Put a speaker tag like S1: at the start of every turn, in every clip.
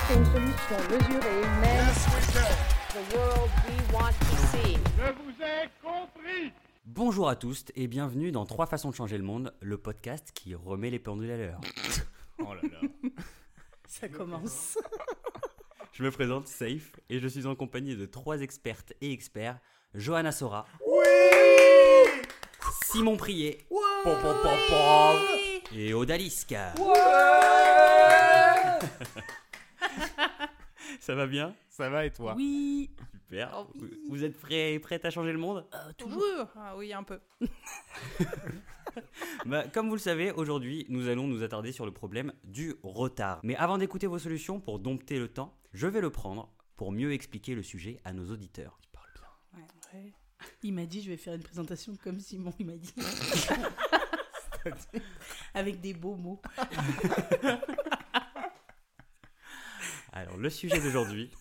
S1: apporter une solution mesurée, humaine.
S2: The world we want to see.
S3: Je vous ai compris.
S4: Bonjour à tous et bienvenue dans 3 façons de changer le monde, le podcast qui remet les pendules à l'heure.
S3: Oh là là.
S5: Ça commence.
S4: Je me présente, Safe, et je suis en compagnie de 3 expertes et experts, Johanna Sora.
S3: Oui.
S4: Simon Prier.
S3: Pom, pom, pom, pom.
S4: Et Odalisca. Ça va bien ?
S3: Ça va et toi?
S5: Oui.
S4: Super.
S5: Oh oui.
S4: Vous êtes prêts à changer le monde ?
S5: Toujours. Ah oui, un peu.
S4: Comme vous le savez, aujourd'hui, nous allons nous attarder sur le problème du retard. Mais avant d'écouter vos solutions pour dompter le temps, je vais le prendre pour mieux expliquer le sujet à nos auditeurs. Il parle bien.
S5: Ouais. Il m'a dit, je vais faire une présentation comme Simon, il m'a dit. Avec des beaux mots.
S4: Alors, le sujet d'aujourd'hui...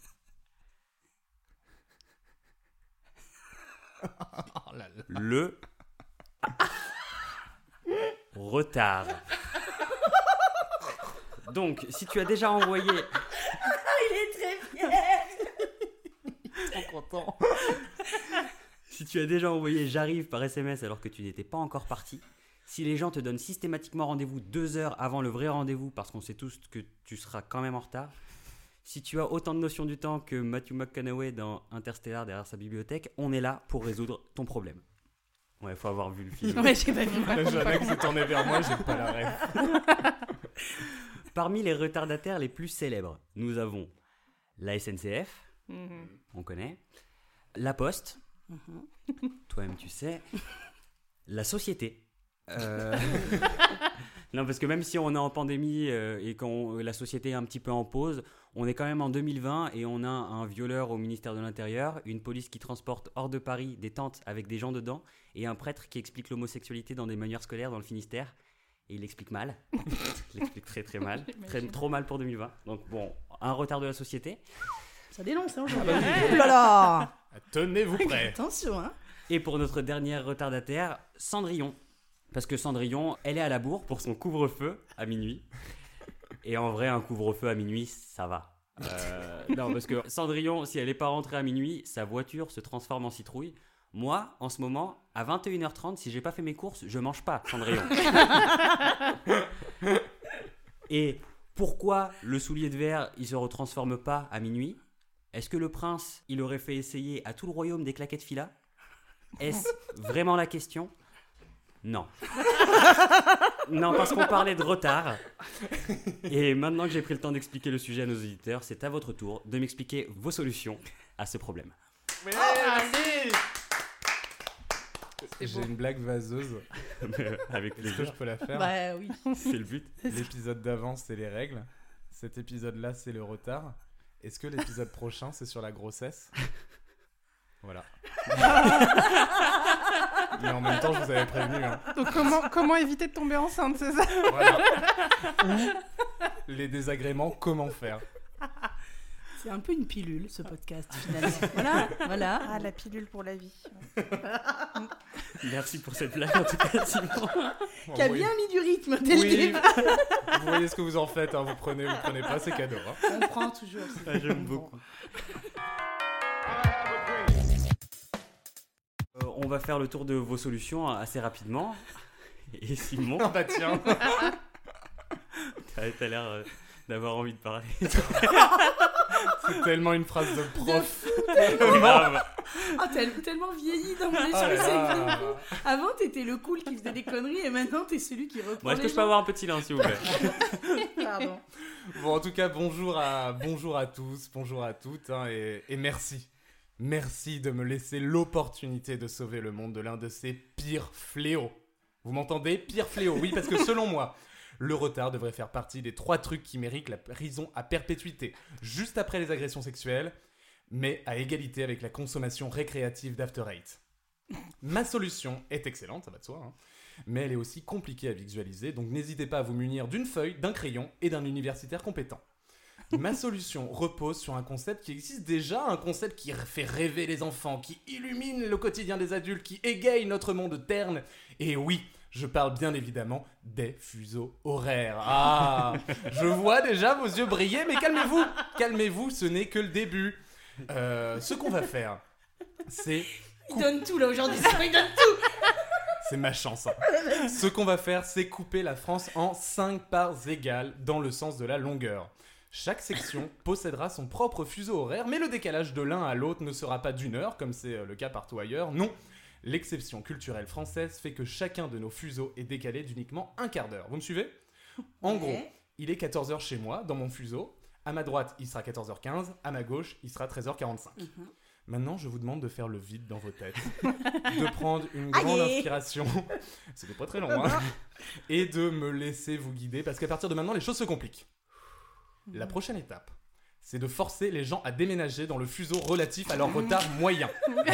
S3: Oh là là.
S4: Le retard. Donc, si tu as déjà envoyé...
S5: Il est très fier.
S3: Trop content.
S4: Si tu as déjà envoyé « j'arrive » par SMS alors que tu n'étais pas encore parti, si les gens te donnent systématiquement rendez-vous 2 heures avant le vrai rendez-vous parce qu'on sait tous que tu seras quand même en retard, si tu as autant de notions du temps que Matthew McConaughey dans Interstellar derrière sa bibliothèque, on est là pour résoudre ton problème. Ouais, faut avoir vu le film.
S5: Ouais, j'ai pas vu.
S3: Là, Johanna qui s'est tournée vers moi, j'ai pas la rêve.
S4: Parmi les retardataires les plus célèbres, nous avons la SNCF, on connaît, la Poste, toi-même tu sais, la société. Non, parce que même si on est en pandémie et que la société est un petit peu en pause, on est quand même en 2020 et on a un violeur au ministère de l'Intérieur, une police qui transporte hors de Paris des tentes avec des gens dedans et un prêtre qui explique l'homosexualité dans des manuels scolaires dans le Finistère. Et il l'explique mal. Il l'explique très très mal. Trop mal pour 2020. Donc bon, un retard de la société.
S5: Ça dénonce, hein, aujourd'hui. Oh là là.
S3: Tenez-vous prêts.
S5: Attention, hein.
S4: Et pour notre dernière retardataire, Cendrillon. Parce que Cendrillon, elle est à la bourre pour son couvre-feu à minuit. Et en vrai, un couvre-feu à minuit, ça va. Non, parce que Cendrillon, si elle n'est pas rentrée à minuit, sa voiture se transforme en citrouille. Moi, en ce moment, à 21h30, si j'ai pas fait mes courses, je mange pas Cendrillon. Et pourquoi le soulier de verre, il se retransforme pas à minuit ? Est-ce que le prince, il aurait fait essayer à tout le royaume des claquettes fila ? Est-ce vraiment la question ? Non. Non, parce qu'on parlait de retard. Et maintenant que j'ai pris le temps d'expliquer le sujet à nos auditeurs, c'est à votre tour de m'expliquer vos solutions à ce problème.
S3: Merci. J'ai une blague vaseuse.
S4: Avec
S3: Est-ce que je
S4: plaisir.
S3: peux la faire?
S5: Bah oui.
S4: C'est le but.
S3: L'épisode d'avant, c'est les règles. Cet épisode-là, c'est le retard. Est-ce que l'épisode prochain, c'est sur la grossesse? Voilà. Mais en même temps, je vous avais prévenu. Hein.
S6: Donc comment éviter de tomber enceinte, c'est ça?
S3: Voilà. Ou les désagréments, comment faire?
S5: C'est un peu une pilule, ce podcast, finalement. Voilà.
S6: Ah, la pilule pour la vie.
S4: Merci pour cette blague en tout cas, Simon.
S5: Qui a bien mis du rythme dès le
S3: Oui,
S5: début.
S3: vous voyez ce que vous en faites, hein. Vous prenez pas, c'est cadeau. Hein.
S5: On prend toujours.
S4: Ah, j'aime beaucoup. On va faire le tour de vos solutions assez rapidement. Et Simon,
S3: Ah bah tiens.
S4: t'as l'air d'avoir envie de parler.
S3: C'est tellement une phrase de prof.
S4: Grave.
S5: Ah, tellement vieilli dans mon
S3: Ah
S5: échange
S3: là
S5: avec
S3: là.
S5: vous. Avant, t'étais le cool qui faisait des conneries et maintenant, t'es celui qui reprend
S4: Bon, est-ce que
S5: les
S4: je peux avoir un peu de silence, s'il vous plaît?
S5: gens. Pardon.
S3: Bon, en tout cas, bonjour à tous, bonjour à toutes, hein, et merci. Merci de me laisser l'opportunité de sauver le monde de l'un de ces pires fléaux. Vous m'entendez? Pire fléau, oui, parce que selon moi, le retard devrait faire partie des 3 trucs qui méritent la prison à perpétuité, juste après les agressions sexuelles, mais à égalité avec la consommation récréative d'After Eight. Ma solution est excellente, ça va de soi, hein, mais elle est aussi compliquée à visualiser, donc n'hésitez pas à vous munir d'une feuille, d'un crayon et d'un universitaire compétent. Ma solution repose sur un concept qui existe déjà, un concept qui fait rêver les enfants, qui illumine le quotidien des adultes, qui égaye notre monde terne. Et oui, Je parle bien évidemment des fuseaux horaires. Ah, je vois déjà vos yeux briller, mais calmez-vous, ce n'est que le début. Ce qu'on va faire, c'est...
S5: Il donne tout là aujourd'hui, il donne tout.
S3: C'est ma chance. Hein. Ce qu'on va faire, c'est couper la France en 5 parts égales dans le sens de la longueur. Chaque section possédera son propre fuseau horaire, mais le décalage de l'un à l'autre ne sera pas d'1 heure, comme c'est le cas partout ailleurs. Non, l'exception culturelle française fait que chacun de nos fuseaux est décalé d'uniquement un quart d'heure. Vous me suivez ? En gros, il est 14h chez moi, dans mon fuseau. À ma droite, il sera 14h15. À ma gauche, il sera 13h45. Maintenant, je vous demande de faire le vide dans vos têtes, de prendre une grande inspiration, c'était pas très long, hein, et de me laisser vous guider, parce qu'à partir de maintenant, les choses se compliquent. La prochaine étape, c'est de forcer les gens à déménager dans le fuseau relatif à leur retard moyen.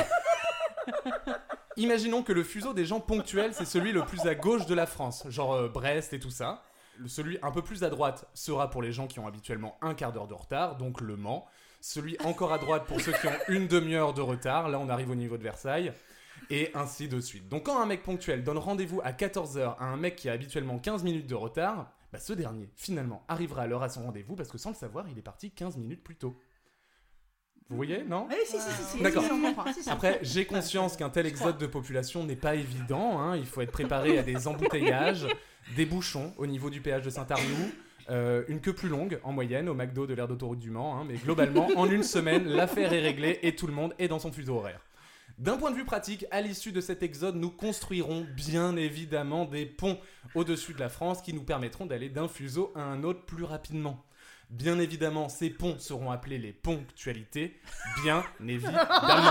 S3: Imaginons que le fuseau des gens ponctuels, c'est celui le plus à gauche de la France, genre Brest et tout ça. Celui un peu plus à droite sera pour les gens qui ont habituellement un quart d'heure de retard, donc Le Mans. Celui encore à droite pour ceux qui ont une demi-heure de retard, là on arrive au niveau de Versailles, et ainsi de suite. Donc quand un mec ponctuel donne rendez-vous à 14h à un mec qui a habituellement 15 minutes de retard, bah ce dernier, finalement, arrivera à l'heure à son rendez-vous parce que sans le savoir, il est parti 15 minutes plus tôt. Vous voyez, non ?
S5: Oui, si.
S3: D'accord.
S5: Si, on comprend, si,
S3: Après, j'ai conscience qu'un tel exode de population n'est pas évident, hein. Il faut être préparé à des embouteillages, des bouchons au niveau du péage de Saint-Arnoux, une queue plus longue en moyenne au McDo de l'aire d'autoroute du Mans, hein. Mais globalement, en une semaine, l'affaire est réglée et tout le monde est dans son fuseau horaire. D'un point de vue pratique, à l'issue de cet exode, nous construirons bien évidemment des ponts au-dessus de la France qui nous permettront d'aller d'un fuseau à un autre plus rapidement. Bien évidemment, ces ponts seront appelés les ponctualités, bien évidemment.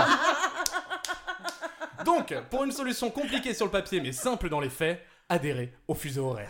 S3: Donc, pour une solution compliquée sur le papier mais simple dans les faits, adhérez au fuseau horaire.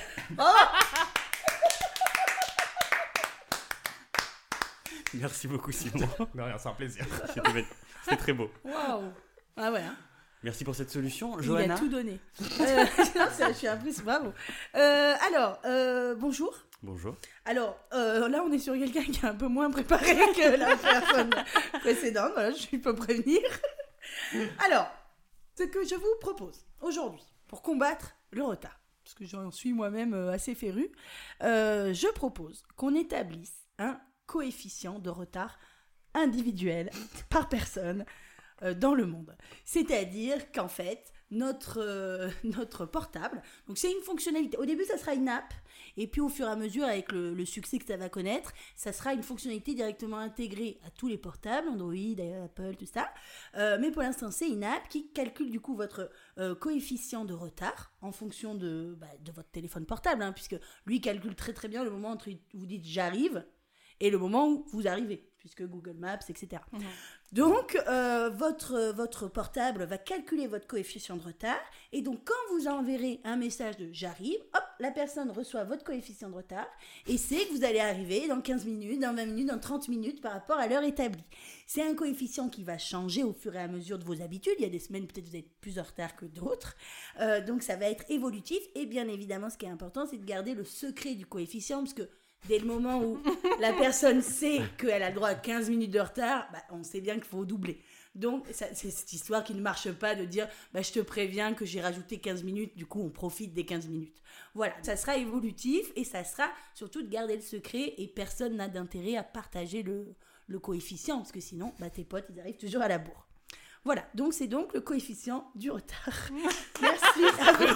S4: Merci beaucoup, Simon.
S3: De rien, c'est un plaisir.
S4: C'était très beau.
S5: Waouh. Ah ouais. Hein.
S4: Merci pour cette solution.
S5: Il
S4: Johanna.
S5: a tout donné. Je suis impressionnée. Bravo. Bonjour.
S4: Bonjour.
S5: Alors, là, on est sur quelqu'un qui est un peu moins préparé que la personne précédente. Voilà, je peux prévenir. Alors, ce que je vous propose aujourd'hui, pour combattre le retard, parce que j'en suis moi-même assez férue, je propose qu'on établisse un coefficient de retard individuel par personne dans le monde. C'est-à-dire qu'en fait, notre portable, donc c'est une fonctionnalité. Au début, ça sera une app, et puis au fur et à mesure, avec le succès que ça va connaître, ça sera une fonctionnalité directement intégrée à tous les portables, Android, Apple, tout ça. Mais pour l'instant, c'est une app qui calcule du coup votre coefficient de retard en fonction de votre téléphone portable, hein, puisque lui calcule très très bien le moment où vous dites « j'arrive » et le moment où vous arrivez, puisque Google Maps, etc. Donc, votre portable va calculer votre coefficient de retard, et donc quand vous enverrez un message de « j'arrive », hop, la personne reçoit votre coefficient de retard, et sait que vous allez arriver dans 15 minutes, dans 20 minutes, dans 30 minutes par rapport à l'heure établie. C'est un coefficient qui va changer au fur et à mesure de vos habitudes. Il y a des semaines, peut-être vous êtes plus en retard que d'autres. Donc, ça va être évolutif, et bien évidemment, ce qui est important, c'est de garder le secret du coefficient, parce que dès le moment où la personne sait qu'elle a le droit à 15 minutes de retard, on sait bien qu'il faut doubler. Donc, c'est cette histoire qui ne marche pas de dire je te préviens que j'ai rajouté 15 minutes, du coup, on profite des 15 minutes. Voilà, ça sera évolutif et ça sera surtout de garder le secret, et personne n'a d'intérêt à partager le coefficient, parce que sinon, tes potes, ils arrivent toujours à la bourre. Voilà, donc c'est donc le coefficient du retard. Merci à vous.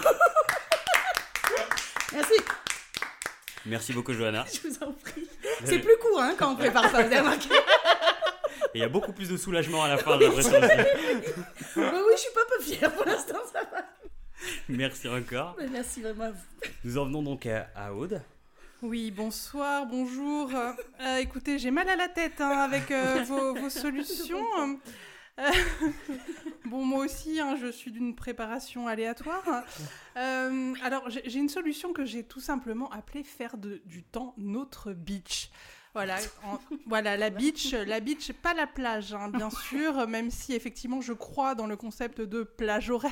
S5: Merci.
S4: Merci beaucoup, Johanna.
S5: Je vous en prie. C'est plus court quand on prépare ça, vous avez remarqué.
S4: Et il y a beaucoup plus de soulagement à la fin, j'ai l'impression aussi.
S5: Oui, je suis pas peu fière pour l'instant, ça va.
S4: Merci encore.
S5: Merci vraiment à vous.
S4: Nous en venons donc à Aude.
S6: Oui, bonsoir, bonjour. Écoutez, j'ai mal à la tête avec vos solutions. Bon, moi aussi, je suis d'une préparation aléatoire. Alors, j'ai une solution que j'ai tout simplement appelée faire du temps notre beach. Voilà, la beach, pas la plage, bien sûr, même si effectivement je crois dans le concept de plage horaire.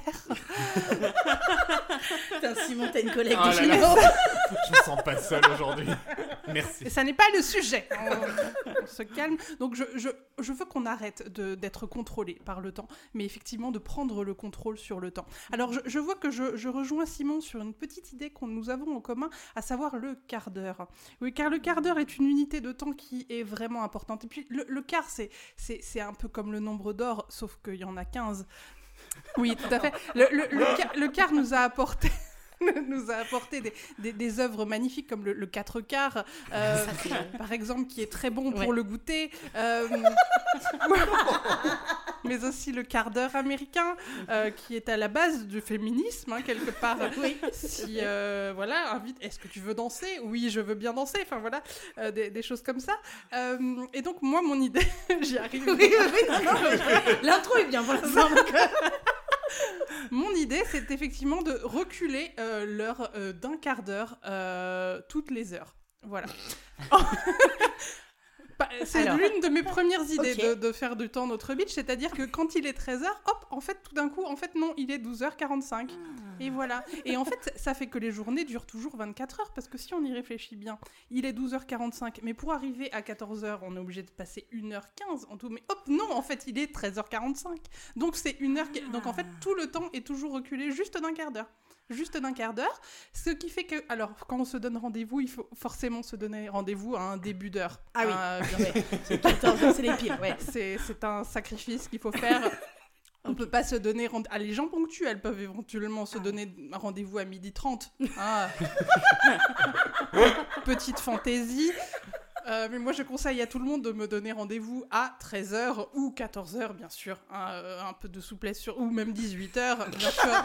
S5: Putain, Simon, t'as une collègue
S3: Oh
S5: de
S3: là
S5: chez
S3: là.
S5: nous.
S3: Je me sens pas seul aujourd'hui. Merci.
S6: Ça n'est pas le sujet. On se calme. Donc, je veux qu'on arrête d'être contrôlé par le temps, mais effectivement de prendre le contrôle sur le temps. Alors, je vois que je rejoins Simon sur une petite idée que nous avons en commun, à savoir le quart d'heure. Oui, car le quart d'heure est une unité de temps qui est vraiment importante. Et puis, le quart, c'est un peu comme le nombre d'or, sauf qu'il y en a 15. Oui, tout à fait. Le quart nous a apporté... nous a apporté des œuvres magnifiques comme le 4 quarts, par exemple, qui est très bon pour le goûter, mais aussi le quart d'heure américain, qui est à la base du féminisme, hein, quelque part. Oui. Si, voilà, invite, est-ce que tu veux danser ? Oui, je veux bien danser, enfin voilà, des choses comme ça. Et donc, moi, mon idée, j'y arrive.
S5: Oui, non, l'intro est bien pour l'instant.
S6: Mon idée, c'est effectivement de reculer l'heure d'un quart d'heure toutes les heures. Voilà. C'est l'une de mes premières idées de faire du temps notre beach, c'est-à-dire que quand il est 13h, hop, en fait, tout d'un coup, non, il est 12h45. Et voilà. Et en fait, ça fait que les journées durent toujours 24 heures, parce que si on y réfléchit bien, il est 12h45, mais pour arriver à 14h, on est obligé de passer 1h15 en tout. Mais hop, non, en fait, il est 13h45. Donc c'est 1h... Donc en fait, tout le temps est toujours reculé juste d'un quart d'heure. Juste d'un quart d'heure, ce qui fait que, alors, quand on se donne rendez-vous, il faut forcément se donner rendez-vous à un début d'heure.
S5: Ah oui,
S6: bien sûr.
S5: C'est 14h, c'est les pires, ouais.
S6: C'est un sacrifice qu'il faut faire. On ne peut pas se donner rendez-vous. Les gens ponctuels peuvent éventuellement se donner un rendez-vous à 12h30. Ah. Petite fantaisie. Mais moi, je conseille à tout le monde de me donner rendez-vous à 13h ou 14h, bien sûr. Un peu de souplesse, ou même 18h, bien sûr.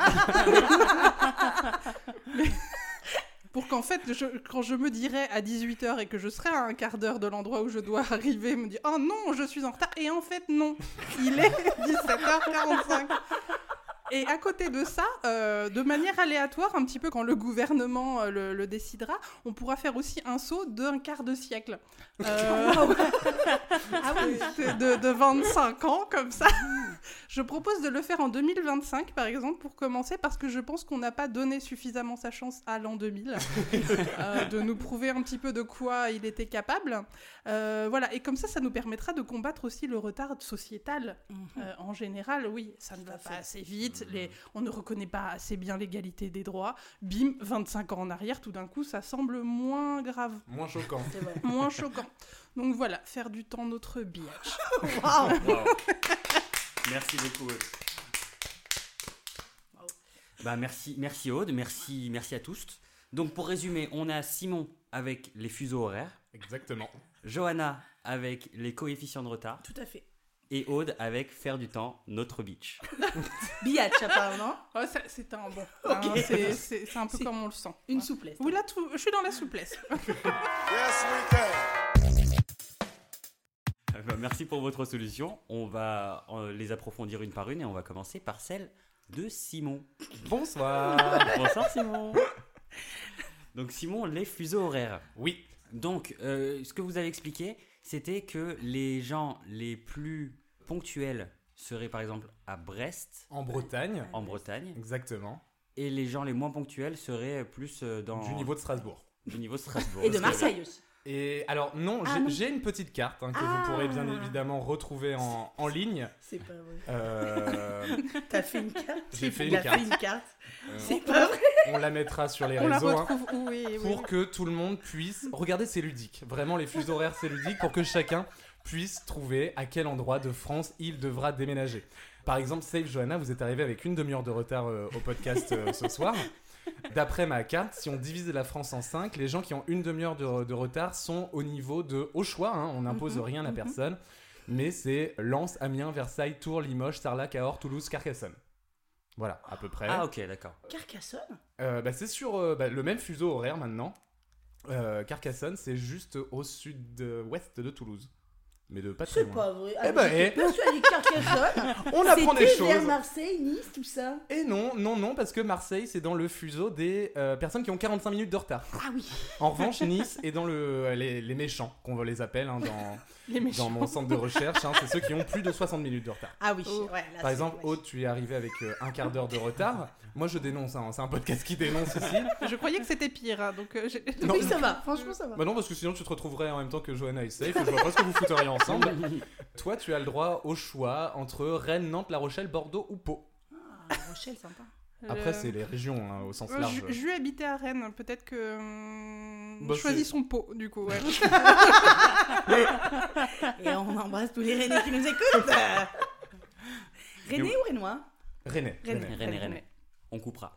S6: Mais pour qu'en fait, quand je me dirai à 18h et que je serai à un quart d'heure de l'endroit où je dois arriver, me dire « Oh non, je suis en retard !» Et en fait, non, il est 17h45. Et à côté de ça, de manière aléatoire, un petit peu quand le gouvernement le décidera, on pourra faire aussi un saut d'un quart de siècle.
S5: Ah oui.
S6: De 25 ans, comme ça. Je propose de le faire en 2025, par exemple, pour commencer, parce que je pense qu'on n'a pas donné suffisamment sa chance à l'an 2000, de nous prouver un petit peu de quoi il était capable. Voilà, et comme ça nous permettra de combattre aussi le retard sociétal. En général, oui, ça ne va pas assez vite. On ne reconnaît pas assez bien l'égalité des droits. Bim, 25 ans en arrière, tout d'un coup, ça semble moins grave.
S3: Moins choquant.
S5: C'est vrai.
S6: Moins choquant. Donc voilà, faire du temps notre biatch.
S5: Waouh.
S4: Merci beaucoup, Aude. Bah, merci Aude, merci à tous. Donc pour résumer, on a Simon avec les fuseaux horaires,
S3: Exactement.
S4: Johanna avec les coefficients de retard,
S5: Tout à fait.
S4: et Aude avec faire du temps notre beach.
S5: Biatch, apparemment.
S6: Oh, c'est un bon.
S5: Ok.
S6: Hein, c'est un peu comme on le sent.
S5: Une souplesse.
S6: Oui, là, je suis dans la souplesse.
S4: Merci pour votre solution. On va les approfondir une par une et on va commencer par celle de Simon.
S3: Bonsoir.
S4: Bonsoir Simon. Donc Simon, les fuseaux horaires.
S3: Oui.
S4: Donc, ce que vous avez expliqué, c'était que les gens les plus ponctuels seraient par exemple à Brest,
S3: En Bretagne.
S4: en Bretagne,
S3: Exactement.
S4: et les gens les moins ponctuels seraient plus dans
S3: Du niveau de Strasbourg.
S4: du niveau de Strasbourg.
S5: Et de Marseille aussi.
S3: Et alors, non,
S5: Ah, non.
S3: j'ai une petite carte que vous pourrez bien évidemment retrouver en ligne.
S5: C'est pas vrai.
S3: T'as
S5: fait une carte.
S3: J'ai fait
S5: Il
S3: une
S5: a
S3: carte.
S5: fait une carte.
S3: Euh,
S5: C'est pas vrai.
S3: On la mettra sur les
S6: On la
S3: réseaux.
S6: retrouve où
S3: Pour que tout le monde puisse... Regardez, c'est ludique. Vraiment, les fuseaux horaires, c'est ludique pour que chacun puisse trouver à quel endroit de France il devra déménager. Par exemple, Save Johanna, vous êtes arrivé avec une demi-heure de retard au podcast ce soir. D'après ma carte, si on divise la France en 5, les gens qui ont une demi-heure de retard sont au niveau de... Au choix, hein, on n'impose rien à personne. Mais c'est Lens, Amiens, Versailles, Tours, Limoges, Sarlat, Cahors, Toulouse, Carcassonne. Voilà, à peu près.
S4: Ah ok, d'accord.
S5: Carcassonne.
S3: C'est sur le même fuseau horaire maintenant. Carcassonne, c'est juste au sud-ouest de Toulouse. mais de pas très
S5: C'est
S3: loin.
S5: pas vrai.
S3: Eh ben,
S5: j'étais persuadée que Carcassonne,
S3: On apprend des
S5: c'était vers
S3: choses.
S5: Marseille, Nice, tout ça.
S3: Et non, parce que Marseille, c'est dans le fuseau des personnes qui ont 45 minutes de retard.
S5: Ah oui.
S3: En revanche, Nice est dans les méchants, qu'on les appelle
S6: Les méchants.
S3: dans mon centre de recherche. C'est ceux qui ont plus de 60 minutes de retard.
S5: Ah oui.
S6: Oh.
S5: Ouais, là,
S3: Par
S5: c'est-
S3: exemple,
S5: ouais.
S3: Aude, tu es arrivé avec un quart d'heure de retard. Moi, je dénonce. C'est un podcast qui dénonce ici.
S6: Je croyais que c'était pire, hein, donc
S3: Non,
S5: Oui, ça va. Franchement, ça va.
S3: bah non, parce que sinon tu te retrouverais en même temps que Johanna et Safe. Et je vois pas ce que vous fouteriez ensemble. Toi, tu as le droit au choix entre Rennes, Nantes, La Rochelle, Bordeaux ou Pau.
S5: Ah, Rochelle, sympa.
S3: Après, c'est les régions au sens large.
S6: Je lui habitais à Rennes, peut-être que.
S3: Bah,
S6: choisissons Pau, du coup, ouais.
S5: Et on embrasse tous les Rennais qui nous écoutent. Rennais ou Rennois?
S3: Rennais.
S5: Rennais.
S4: René. On coupera.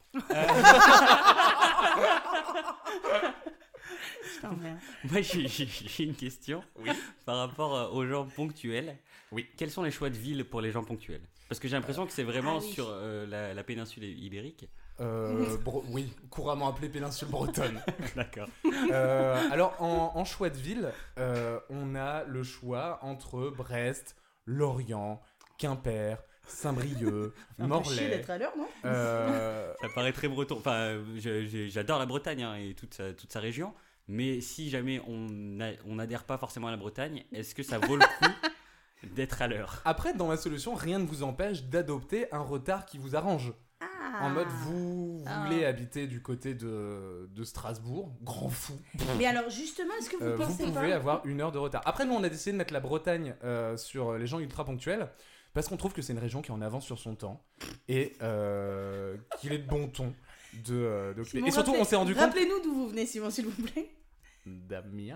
S5: Putain, merde.
S4: Moi, j'ai une question par rapport aux gens ponctuels.
S3: Oui.
S4: Quels sont les choix de ville pour les gens ponctuels? Parce que j'ai l'impression que c'est vraiment
S5: Ah oui.
S4: sur la péninsule ibérique.
S3: Oui, couramment appelée péninsule bretonne.
S4: D'accord.
S3: Alors, en choix de ville, on a le choix entre Brest, Lorient, Quimper, Saint-Brieuc,
S5: C'est un peu chier
S3: Morlaix.
S5: d'être à l'heure, non?
S4: Ça paraît très breton. Enfin, j'adore la Bretagne hein, et toute sa région. Mais si jamais on n'adhère pas forcément à la Bretagne, est-ce que ça vaut le coup d'être à l'heure?
S3: Après, dans ma solution, rien ne vous empêche d'adopter un retard qui vous arrange. En mode, vous voulez habiter du côté de Strasbourg, grand fou.
S5: Mais alors, justement, est-ce que vous
S3: Vous
S5: pensez
S3: pouvez
S5: pas...
S3: avoir 1 heure de retard. Après, nous, on a décidé de mettre la Bretagne sur les gens ultra ponctuels parce qu'on trouve que c'est une région qui est en avance sur son temps et qu'il est de bon ton de
S5: Simon,
S3: et surtout, on s'est rendu compte.
S5: Rappelez-nous d'où vous venez, Simon, s'il vous plaît.
S3: Damien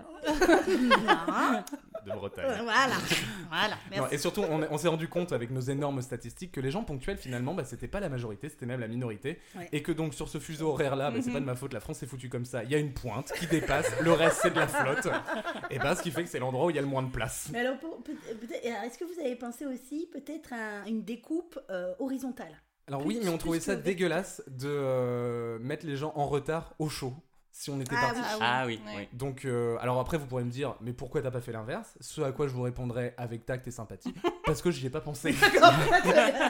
S5: Non.
S3: de Bretagne.
S5: Voilà,
S3: Non,
S5: merci.
S3: et surtout, on s'est rendu compte avec nos énormes statistiques que les gens ponctuels, finalement, c'était pas la majorité, c'était même la minorité.
S5: Ouais.
S3: Et que donc, sur ce fuseau horaire-là, c'est pas de ma faute, la France est foutue comme ça. Il y a une pointe qui dépasse, le reste, c'est de la flotte. Et ce qui fait que c'est l'endroit où il y a le moins de place.
S5: Mais alors, peut-être, est-ce que vous avez pensé aussi peut-être à une découpe horizontale?
S3: Alors
S5: Plus-
S3: oui, mais on
S5: plus
S3: trouvait
S5: que
S3: ça
S5: vert.
S3: dégueulasse de mettre les gens en retard au chaud, si on était
S5: Ah
S3: parti.
S5: oui.
S4: Ah oui,
S6: Ouais.
S4: oui.
S3: Donc, alors après, vous pourrez me dire, mais pourquoi t'as pas fait l'inverse? Ce à quoi je vous répondrai avec tact et sympathie, parce que j'y ai pas pensé.
S5: D'accord, très bien,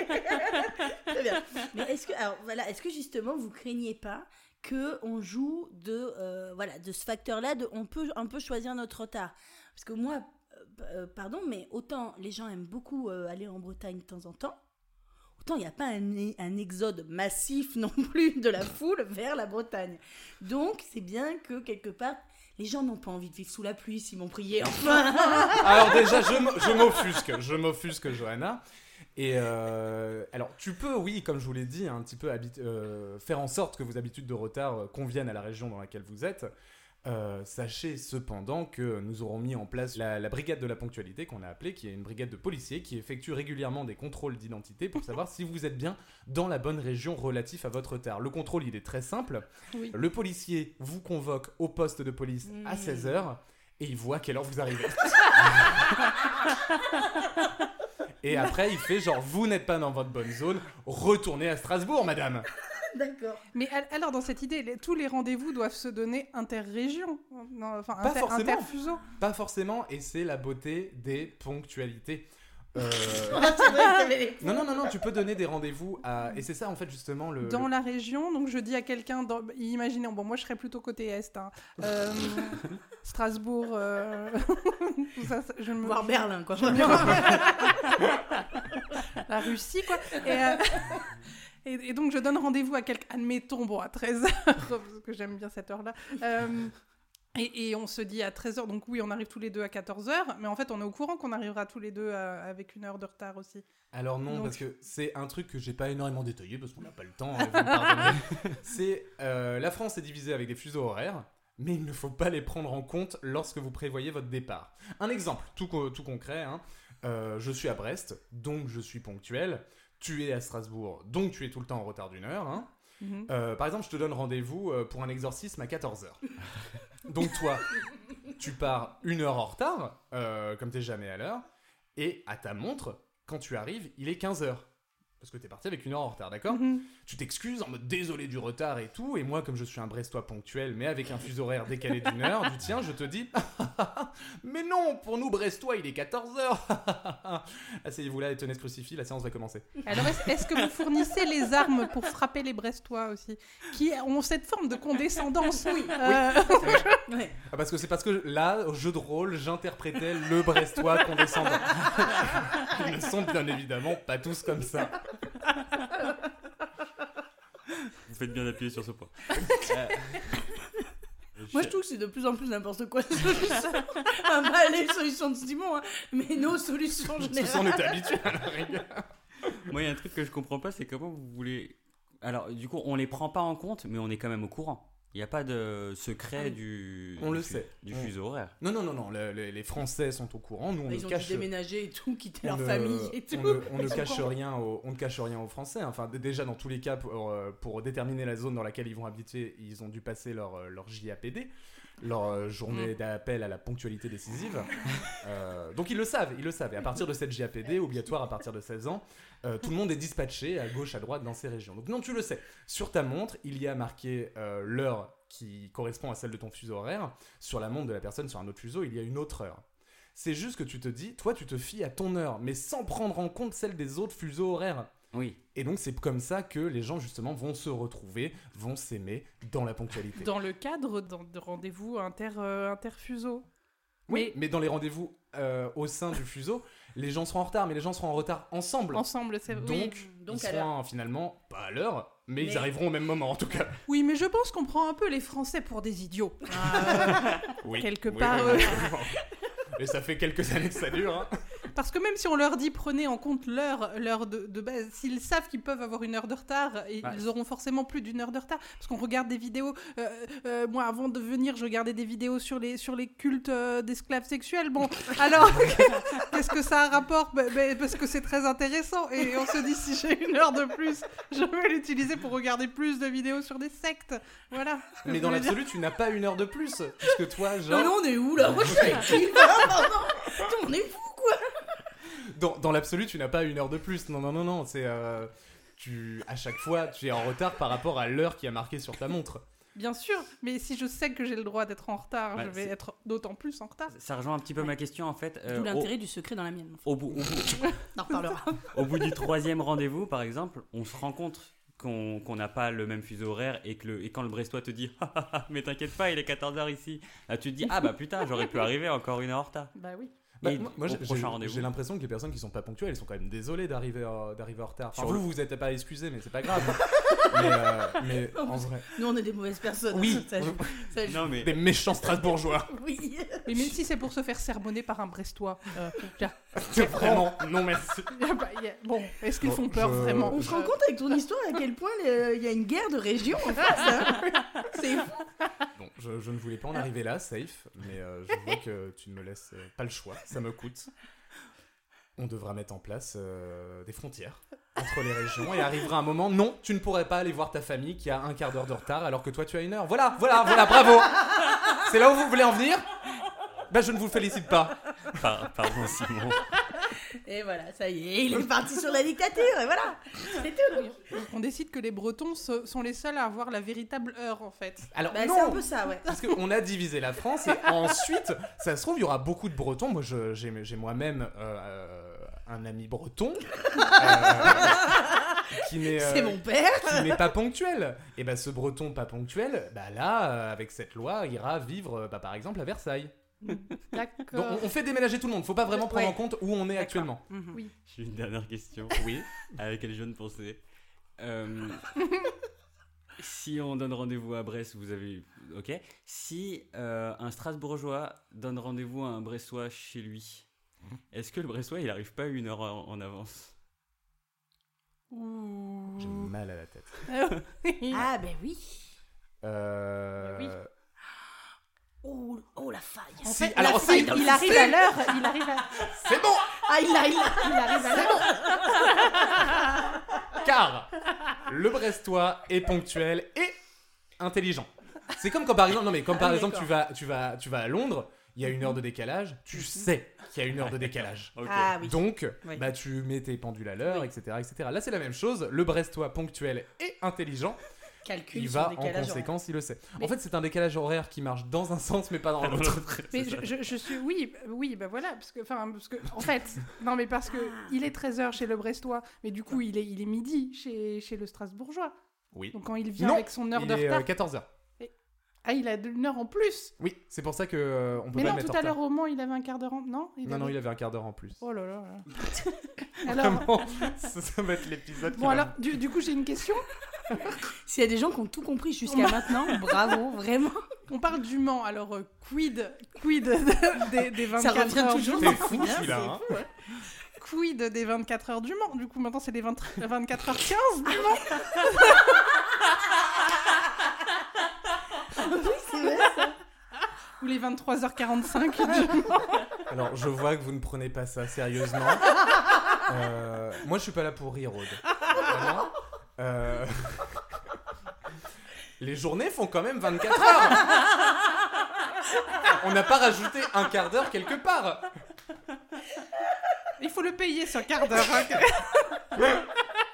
S5: ok. Très bien. Mais est-ce que justement vous craignez pas que on joue de ce facteur-là, on peut un peu choisir notre retard? Parce que moi, pardon, mais autant les gens aiment beaucoup aller en Bretagne de temps en temps, autant il n'y a pas un exode massif non plus de la foule vers la Bretagne. Donc c'est bien que quelque part les gens n'ont pas envie de vivre sous la pluie s'ils m'ont prié. Enfin.
S3: Alors déjà, je m'offusque, Johanna. Et alors, tu peux, oui, comme je vous l'ai dit, un petit peu faire en sorte que vos habitudes de retard conviennent à la région dans laquelle vous êtes. Sachez cependant que nous aurons mis en place la brigade de la ponctualité qu'on a appelée, qui est une brigade de policiers qui effectue régulièrement des contrôles d'identité pour savoir si vous êtes bien dans la bonne région relatif à votre retard. Le contrôle, il est très simple.
S6: Oui.
S3: Le policier vous convoque au poste de police à 16h et il voit à quelle heure vous arrivez. Et après, il fait genre, vous n'êtes pas dans votre bonne zone, retournez à Strasbourg, madame.
S5: D'accord.
S6: Mais alors, dans cette idée, tous les rendez-vous doivent se donner interrégion. Non, enfin,
S3: Pas forcément.
S6: interfuseau.
S3: Pas forcément, et c'est la beauté des ponctualités.
S5: C'est vrai que t'avais les-
S3: Non, tu peux donner des rendez-vous à... Et c'est ça, en fait, justement,
S6: Dans la région, donc je dis à quelqu'un, imaginons, bon, moi je serais plutôt côté Est, hein. Strasbourg, je me...
S5: Voir Berlin, quoi.
S6: la Russie, quoi. Et donc je donne rendez-vous à quelqu'un, admettons, bon, à 13h, parce que j'aime bien cette heure-là. Et on se dit à 13h, donc oui, on arrive tous les deux à 14h, mais en fait, on est au courant qu'on arrivera tous les deux avec 1 heure de retard aussi.
S3: Alors non,
S6: Donc-
S3: parce que c'est un truc que j'ai pas énormément détaillé, parce qu'on n'a pas le temps, hein, vous me pardonnerez. C'est, la France est divisée avec des fuseaux horaires, mais il ne faut pas les prendre en compte lorsque vous prévoyez votre départ. Un exemple, tout concret, hein. Je suis à Brest, donc je suis ponctuel. Tu es à Strasbourg, donc tu es tout le temps en retard d'1 heure. Hein.
S6: Mhm.
S3: Par exemple, je te donne rendez-vous pour un exorcisme à 14h. Donc toi, tu pars 1 heure en retard, comme t'es jamais à l'heure, et à ta montre, quand tu arrives, il est 15h. Parce que t'es parti avec 1 heure en retard, d'accord?
S6: Mhm.
S3: Tu t'excuses en mode désolé du retard et tout, et moi, comme je suis un Brestois ponctuel, mais avec un fuseau horaire décalé d'1 heure, du tien, je te dis Mais non, pour nous Brestois, il est 14h. Asseyez-vous là et tenez ce crucifix, la séance va commencer.
S6: Alors, est-ce que vous fournissez les armes pour frapper les Brestois aussi, qui ont cette forme de condescendance?
S5: Oui. Ouais.
S3: Ah, parce que là, au jeu de rôle, j'interprétais le Brestois condescendant. Ils ne sont bien évidemment pas tous comme ça.
S4: Vous faites bien d'appuyer sur ce point.
S5: Moi, je trouve que c'est de plus en plus n'importe quoi. Pas les solutions de Simon, hein, mais nos solutions
S3: De toute façon, on
S5: générales.
S3: est habitué à la rigueur.
S4: Moi, il y a un truc que je comprends pas, c'est comment vous voulez. Alors, du coup, on les prend pas en compte, mais on est quand même au courant. Il n'y a pas de secret du fuseau horaire.
S3: Non, les Français sont au courant. Nous, on
S5: Ils
S3: ne
S5: ont
S3: cache
S5: dû déménager et tout, quitter
S3: on
S5: leur
S3: ne-
S5: famille et tout.
S3: on ne cache rien aux Français. Enfin, déjà, dans tous les cas, pour déterminer la zone dans laquelle ils vont habiter, ils ont dû passer leur JAPD, leur journée d'appel à la ponctualité décisive. Donc ils le savent. Et à partir de cette JAPD, obligatoire à partir de 16 ans, tout le monde est dispatché à gauche, à droite dans ces régions. Donc non, tu le sais. Sur ta montre, il y a marqué l'heure qui correspond à celle de ton fuseau horaire. Sur la montre de la personne sur un autre fuseau, il y a une autre heure. C'est juste que tu te dis, toi, tu te fies à ton heure, mais sans prendre en compte celle des autres fuseaux horaires.
S4: Oui.
S3: Et donc, c'est comme ça que les gens, justement, vont se retrouver, vont s'aimer dans la ponctualité.
S6: Dans le cadre de rendez-vous interfuseaux.
S3: Oui, mais dans les rendez-vous au sein du fuseau, les gens seront en retard, mais les gens seront en retard ensemble.
S6: Ensemble, c'est vrai.
S3: Donc ils
S5: à l'heure.
S3: seront finalement pas à l'heure, mais ils
S5: Mais-
S3: arriveront au même moment, en tout cas.
S6: Oui, mais je pense qu'on prend un peu les Français pour des idiots.
S3: Oui,
S6: Quelque part,
S3: Et ça fait quelques années que ça dure. Hein.
S6: Parce que même si on leur dit prenez en compte l'heure de base, s'ils savent qu'ils peuvent avoir une heure de retard, ils auront forcément plus d'une heure de retard. Parce qu'on regarde des vidéos. Moi, avant de venir, je regardais des vidéos sur les cultes d'esclaves sexuels. Bon, alors, qu'est-ce que ça a un rapport? Parce que c'est très intéressant. Et on se dit, si j'ai une heure de plus, je vais l'utiliser pour regarder plus de vidéos sur des sectes. Voilà.
S3: Mais dans l'absolu, tu n'as pas une heure de plus. Puisque toi, genre.
S5: Mais non, on est où là? Moi, je suis avec qui? Pardon. On est fou, quoi.
S3: Dans l'absolu, tu n'as pas une heure de plus. Non. C'est. À chaque fois, tu es en retard par rapport à l'heure qui a marqué sur ta montre.
S6: Bien sûr, mais si je sais que j'ai le droit d'être en retard,
S3: Ouais,
S6: je vais
S3: c'est-
S6: être d'autant plus en retard.
S4: Ça rejoint un petit peu ma question en fait.
S5: D'où l'intérêt du secret dans la mienne.
S4: Au bout
S5: On en reparlera.
S4: au bout du 3e rendez-vous, par exemple, on se rend compte qu'on n'a pas le même fuseau horaire et quand le Brestois te dit ah, ah, ah, mais t'inquiète pas, il est 14h ici, là tu te dis ah bah putain, j'aurais pu arriver encore une heure en retard.
S6: Bah oui.
S4: Et
S3: Moi,
S4: au prochain rendez-vous.
S3: j'ai l'impression que les personnes qui sont pas ponctuelles, elles sont quand même désolées d'arriver en retard. Enfin,
S4: Sur
S3: vous êtes pas excusés, mais c'est pas grave. mais en vrai,
S5: Nous, on est des mauvaises personnes.
S3: Oui.
S5: Ça,
S4: Non mais
S3: des méchants Strasbourgeois.
S5: Oui.
S6: Mais même si c'est pour se faire sermonner par un Brestois,
S3: Vraiment, non merci.
S6: bon, est-ce qu'ils
S3: Bon,
S6: font peur
S3: je-
S6: vraiment
S5: On se rend compte avec ton histoire à quel point il y a une guerre de région en face. Hein. C'est fou.
S3: Bon, je ne voulais pas en arriver là, safe, mais je vois que tu ne me laisses pas le choix, ça me coûte. On devra mettre en place des frontières entre les régions et arrivera un moment, non, tu ne pourrais pas aller voir ta famille qui a un quart d'heure de retard alors que toi tu as une heure. Voilà, bravo. C'est là où vous voulez en venir? Ben je ne vous félicite pas.
S4: pardon Simon.
S5: Et voilà, ça y est, il est parti sur la dictature. Et voilà. C'est tout.
S6: On décide que les Bretons sont les seuls à avoir la véritable heure en fait.
S3: Alors
S5: Bah,
S3: non,
S5: c'est un peu ça, ouais.
S3: parce qu'on a divisé la France et ensuite, ça se trouve, il y aura beaucoup de Bretons. Moi, j'ai moi-même un ami breton qui n'est
S5: C'est mon père.
S3: qui n'est pas ponctuel. Et bah ce Breton pas ponctuel, bah là, avec cette loi, ira vivre, par exemple, à Versailles. Donc
S6: D'accord.
S3: on fait déménager tout le monde. Faut pas vraiment prendre
S5: Ouais.
S3: en compte où on est actuellement.
S6: Oui.
S4: J'ai une dernière question
S3: Oui.
S4: à laquelle je viens de penser. Si on donne rendez-vous à Brest, vous avez... Ok. Si un Strasbourgeois donne rendez-vous à un Brestois chez lui, est-ce que le Brestois, il arrive pas une heure en avance?
S3: J'ai mal à la tête.
S5: Ah, ben oui.
S6: Oui.
S5: Oh, la faille.
S6: En
S3: Si,
S6: fait,
S3: alors,
S6: la
S3: si,
S6: fille,
S3: si.
S6: il arrive à l'heure. Il arrive à...
S3: C'est bon.
S5: Ah, il arrive à l'heure.
S3: Car le Brestois est ponctuel et intelligent. C'est comme quand par exemple,
S5: Ah,
S3: exemple tu vas à Londres, il y a une heure de décalage, tu sais qu'il y a une heure de décalage.
S4: Ok.
S5: Ah oui.
S3: Donc,
S5: Oui.
S3: bah, tu mets tes pendules à l'heure, etc., etc. Là, c'est la même chose. Le Brestois ponctuel et intelligent
S5: Calcul
S3: il
S5: sur
S3: va
S5: le
S3: en
S5: décalage
S3: conséquence, il le sait.
S5: Mais-
S3: En fait, c'est un décalage horaire qui marche dans un sens, mais pas dans l'autre.
S6: Mais je suis. Oui, bah voilà. Parce que, en fait. Non, mais parce que il est 13h chez le Brestois, mais du coup, il est midi chez le Strasbourgeois.
S3: Oui.
S6: Donc quand il vient
S3: Non,
S6: avec son heure
S3: Il
S6: de
S3: est
S6: retard.
S3: 14h.
S6: Ah, il a une heure en plus.
S3: Oui, c'est pour ça qu'on peut
S6: Mais
S3: pas
S6: non,
S3: le mettre
S6: tout
S3: en
S6: à l'heure
S3: retard.
S6: au Mans, il avait un quart d'heure en. Non,
S3: Non, il avait un quart d'heure en plus.
S6: Oh là là. Alors,
S3: Vraiment, ça va être l'épisode qui
S6: bon,
S3: va-
S6: alors, du coup, j'ai une question.
S5: S'il y a des gens qui ont tout compris jusqu'à maintenant, bravo, vraiment.
S6: On parle du Mans, alors quid des 24
S5: Ça revient
S6: heures
S5: toujours.
S6: du
S3: C'est
S6: Mans.
S3: fou, celui-là, hein.
S6: Quid des 24 heures du Mans. Du coup, maintenant, c'est les 24h15 du Mans.
S5: Oui, c'est vrai ça.
S6: Ou les 23h45 du Mans.
S3: Alors, je vois que vous ne prenez pas ça sérieusement. Moi, je suis pas là pour rire, Aude. Vraiment. Les journées font quand même 24 heures. On n'a pas rajouté un quart d'heure quelque part.
S6: Il faut le payer, ce quart d'heure. Hein.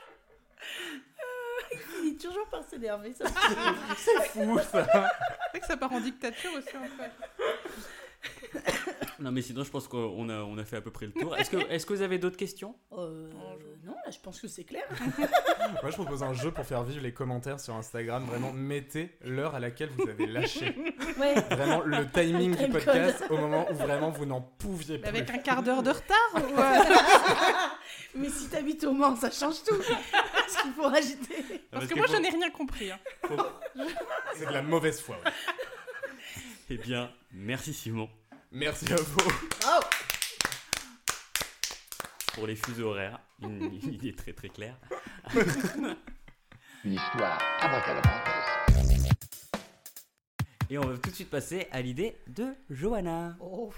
S5: Il est toujours par s'énerver, ça.
S3: C'est fou, ça.
S6: C'est vrai que ça part en dictature aussi, en fait.
S4: Non, mais sinon, je pense qu'on a fait à peu près le tour. Est-ce que vous avez d'autres questions?
S5: Non, là, je pense que c'est clair.
S3: Moi, je propose un jeu pour faire vivre les commentaires sur Instagram. Vraiment, mettez l'heure à laquelle vous avez lâché.
S5: Ouais.
S3: Vraiment, le timing
S5: Le
S3: du
S5: time
S3: podcast au moment où vraiment vous n'en pouviez plus.
S6: Avec un quart d'heure de retard ou,
S5: Mais si t'habites au Mans, ça change tout. Parce qu'il faut rajouter.
S6: Parce que moi, je n'ai rien compris. Hein.
S3: C'est de la mauvaise foi. Ouais.
S4: Eh bien, merci Simon
S3: Merci à vous.
S5: Oh
S4: pour les fuseaux horaires. Une idée très très claire.
S7: Une histoire abracadabra.
S4: Et on va tout de suite passer à l'idée de Johanna.
S5: Oh.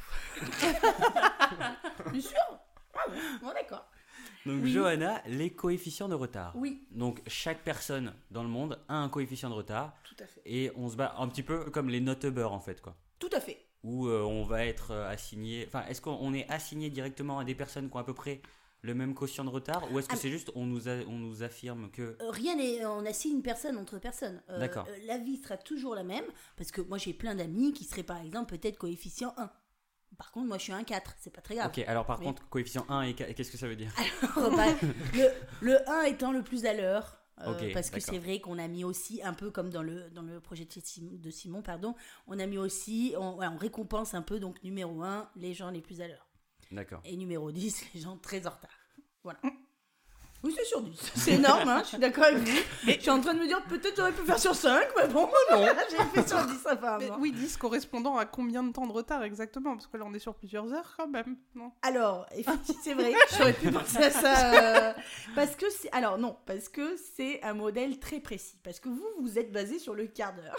S5: Bien sûr. Ah ouais, bon, d'accord.
S4: Donc
S5: Oui.
S4: Johanna, les coefficients de retard.
S5: Oui,
S4: Donc chaque personne dans le monde a un coefficient de retard
S5: tout à fait.
S4: et on se bat un petit peu comme les notebeurs en fait quoi.
S5: Tout à fait.
S4: Où on va être assigné, enfin est-ce qu'on est assigné directement à des personnes qui ont à peu près le même quotient de retard ou est-ce que
S5: Ah,
S4: c'est juste on nous affirme que
S5: Rien n'est. On assigne personne entre personnes.
S4: D'accord.
S5: La vie sera toujours la même. Parce que moi, j'ai plein d'amis qui seraient par exemple peut-être coefficient 1. Par contre, moi, je suis un 4. C'est pas très grave.
S4: Ok, alors par
S5: Oui.
S4: contre coefficient 1 et qu'est-ce que ça veut dire?
S5: Bah, le 1 étant le plus à l'heure.
S4: Ok,
S5: parce que
S4: d'accord.
S5: c'est vrai qu'on a mis aussi, un peu comme dans le projet de Simon, pardon, on a mis aussi, on récompense un peu, donc numéro 1, les gens les plus à l'heure.
S4: D'accord.
S5: Et numéro 10, les gens très en retard. Voilà. Oui, c'est sur 10. C'est énorme, hein, je suis d'accord avec vous. Je suis en train de me dire, peut-être j'aurais pu faire sur 5, mais bon, non, j'ai fait sur 10
S6: Mais
S5: apparemment.
S6: oui, 10 correspondant à combien de temps de retard exactement? Parce que là, on est sur plusieurs heures quand même. Non.
S5: Alors, effectivement, c'est vrai, j'aurais pu penser à ça. Parce que c'est. Alors, non, parce que c'est un modèle très précis. Parce que vous êtes basé sur le quart d'heure.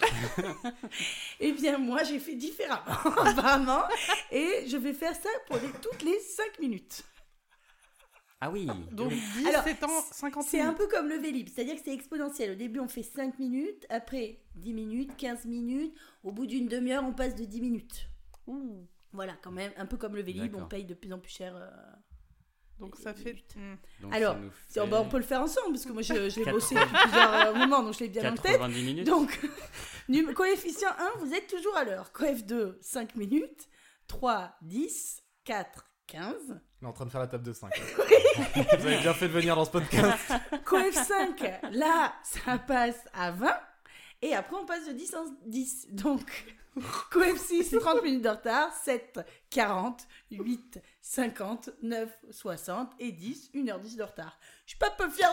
S5: Eh bien, moi, j'ai fait différemment, apparemment. Et je vais faire ça pour toutes les 5 minutes.
S4: Ah oui.
S6: Donc 10
S5: Alors,
S6: étant 50
S5: C'est un
S6: minutes.
S5: peu comme le Vélib, c'est-à-dire que c'est exponentiel. Au début, on fait 5 minutes, après 10 minutes, 15 minutes. Au bout d'une demi-heure, on passe de 10 minutes.
S6: Ouh.
S5: Voilà, quand même, un peu comme le Vélib,
S4: D'accord.
S5: on paye de plus en plus cher.
S6: Donc ça fait...
S4: Donc,
S5: Alors,
S4: ça nous
S5: On peut le faire ensemble, parce que moi, je l'ai
S4: 80.
S5: bossé depuis plusieurs moments, donc je l'ai bien en tête.
S4: 90 minutes.
S5: Donc, coefficient 1, vous êtes toujours à l'heure. Coef 2, 5 minutes. 3, 10. 4, 15.
S3: On est en train de faire la table de 5. Vous avez bien fait de venir dans ce podcast.
S5: Coef 5, là, ça passe à 20. Et après, on passe de 10 en 10. Donc, Coef 6, 30 minutes de retard. 7, 40. 8, 50. 9, 60. Et 10, 1h10 de retard. Je suis pas peu fière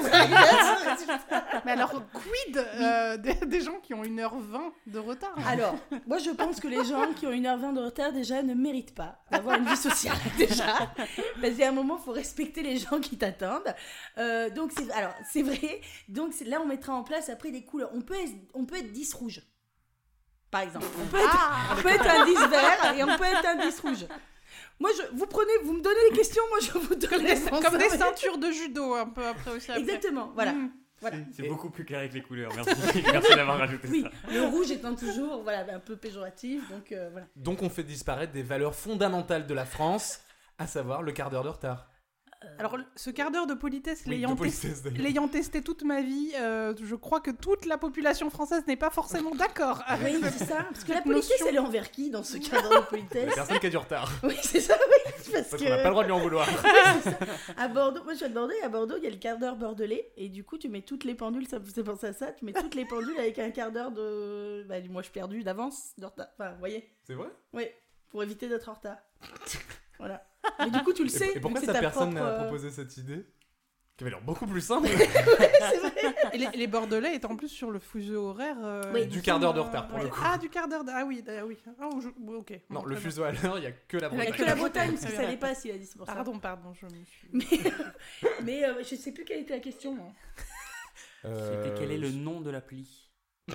S5: de...
S6: Mais alors, quid des gens qui ont 1h20 de retard?
S5: Alors, moi je pense que les gens qui ont 1h20 de retard déjà ne méritent pas d'avoir une vie sociale déjà. Parce qu'à un moment, il faut respecter les gens qui t'attendent. Donc c'est vrai. Donc là, on mettra en place après des couleurs. On peut être 10 rouge. Par exemple. On peut être un 10 vert et on peut être un 10 rouge. Moi, vous me donnez les questions, moi je vous donne les réponses.
S6: Comme des ceintures de judo un peu après aussi. Après.
S5: Exactement, voilà.
S6: Mm.
S5: Voilà.
S4: C'est beaucoup plus clair avec les couleurs. Merci, merci d'avoir rajouté
S5: Oui,
S4: ça.
S5: le rouge étant toujours un peu péjoratif, donc voilà.
S3: Donc on fait disparaître des valeurs fondamentales de la France, à savoir le quart d'heure de retard.
S6: Alors, ce quart d'heure de politesse,
S3: Oui,
S6: l'ayant
S3: de politesse, d'ailleurs.
S6: l'ayant testé toute ma vie, je crois que toute la population française n'est pas forcément d'accord avec
S5: Oui,
S6: cette-
S5: c'est ça. Parce que la
S6: cette
S5: politesse,
S6: notion.
S5: elle est envers qui dans ce cadre de politesse?
S3: La personne qui a du retard.
S5: Oui, c'est ça, oui. Parce
S3: Parce qu'on n'a pas le
S5: que
S3: droit de lui en vouloir.
S5: à Bordeaux, moi je suis de Bordeaux, et à Bordeaux, il y a le quart d'heure bordelais. Et du coup, tu mets toutes les pendules, ça me faisait penser à ça, tu mets toutes les pendules avec un quart d'heure de. Bah, moi je suis perdu d'avance, de retard. Enfin, vous voyez?
S3: C'est vrai?
S5: Oui, pour éviter d'être en retard. Voilà. Mais du coup, tu le sais.
S3: Et pourquoi
S5: donc c'est
S3: ça
S5: ta
S3: personne
S5: propre,
S3: n'a proposé cette idée? Qui avait l'air beaucoup plus simple.
S5: C'est vrai.
S6: Et les Bordelais étant en plus sur le fuseau horaire.
S5: Oui.
S3: Du quart d'heure de retard pour
S5: Ouais.
S3: le coup.
S6: Ah, du quart d'heure. Ah oui, oui. Ah, ok.
S3: Non,
S6: Bon,
S3: le
S6: très bien.
S3: fuseau à l'heure, il n'y a que la
S5: Il y a
S3: Bretagne.
S5: que la Bretagne, parce
S6: C'est
S5: que
S6: vrai.
S5: ça n'est pas s'il a dit, c'est pour ça.
S6: Pardon, je me suis.
S5: Mais je sais plus quelle était la question, moi.
S4: C'était quel est le nom de l'appli?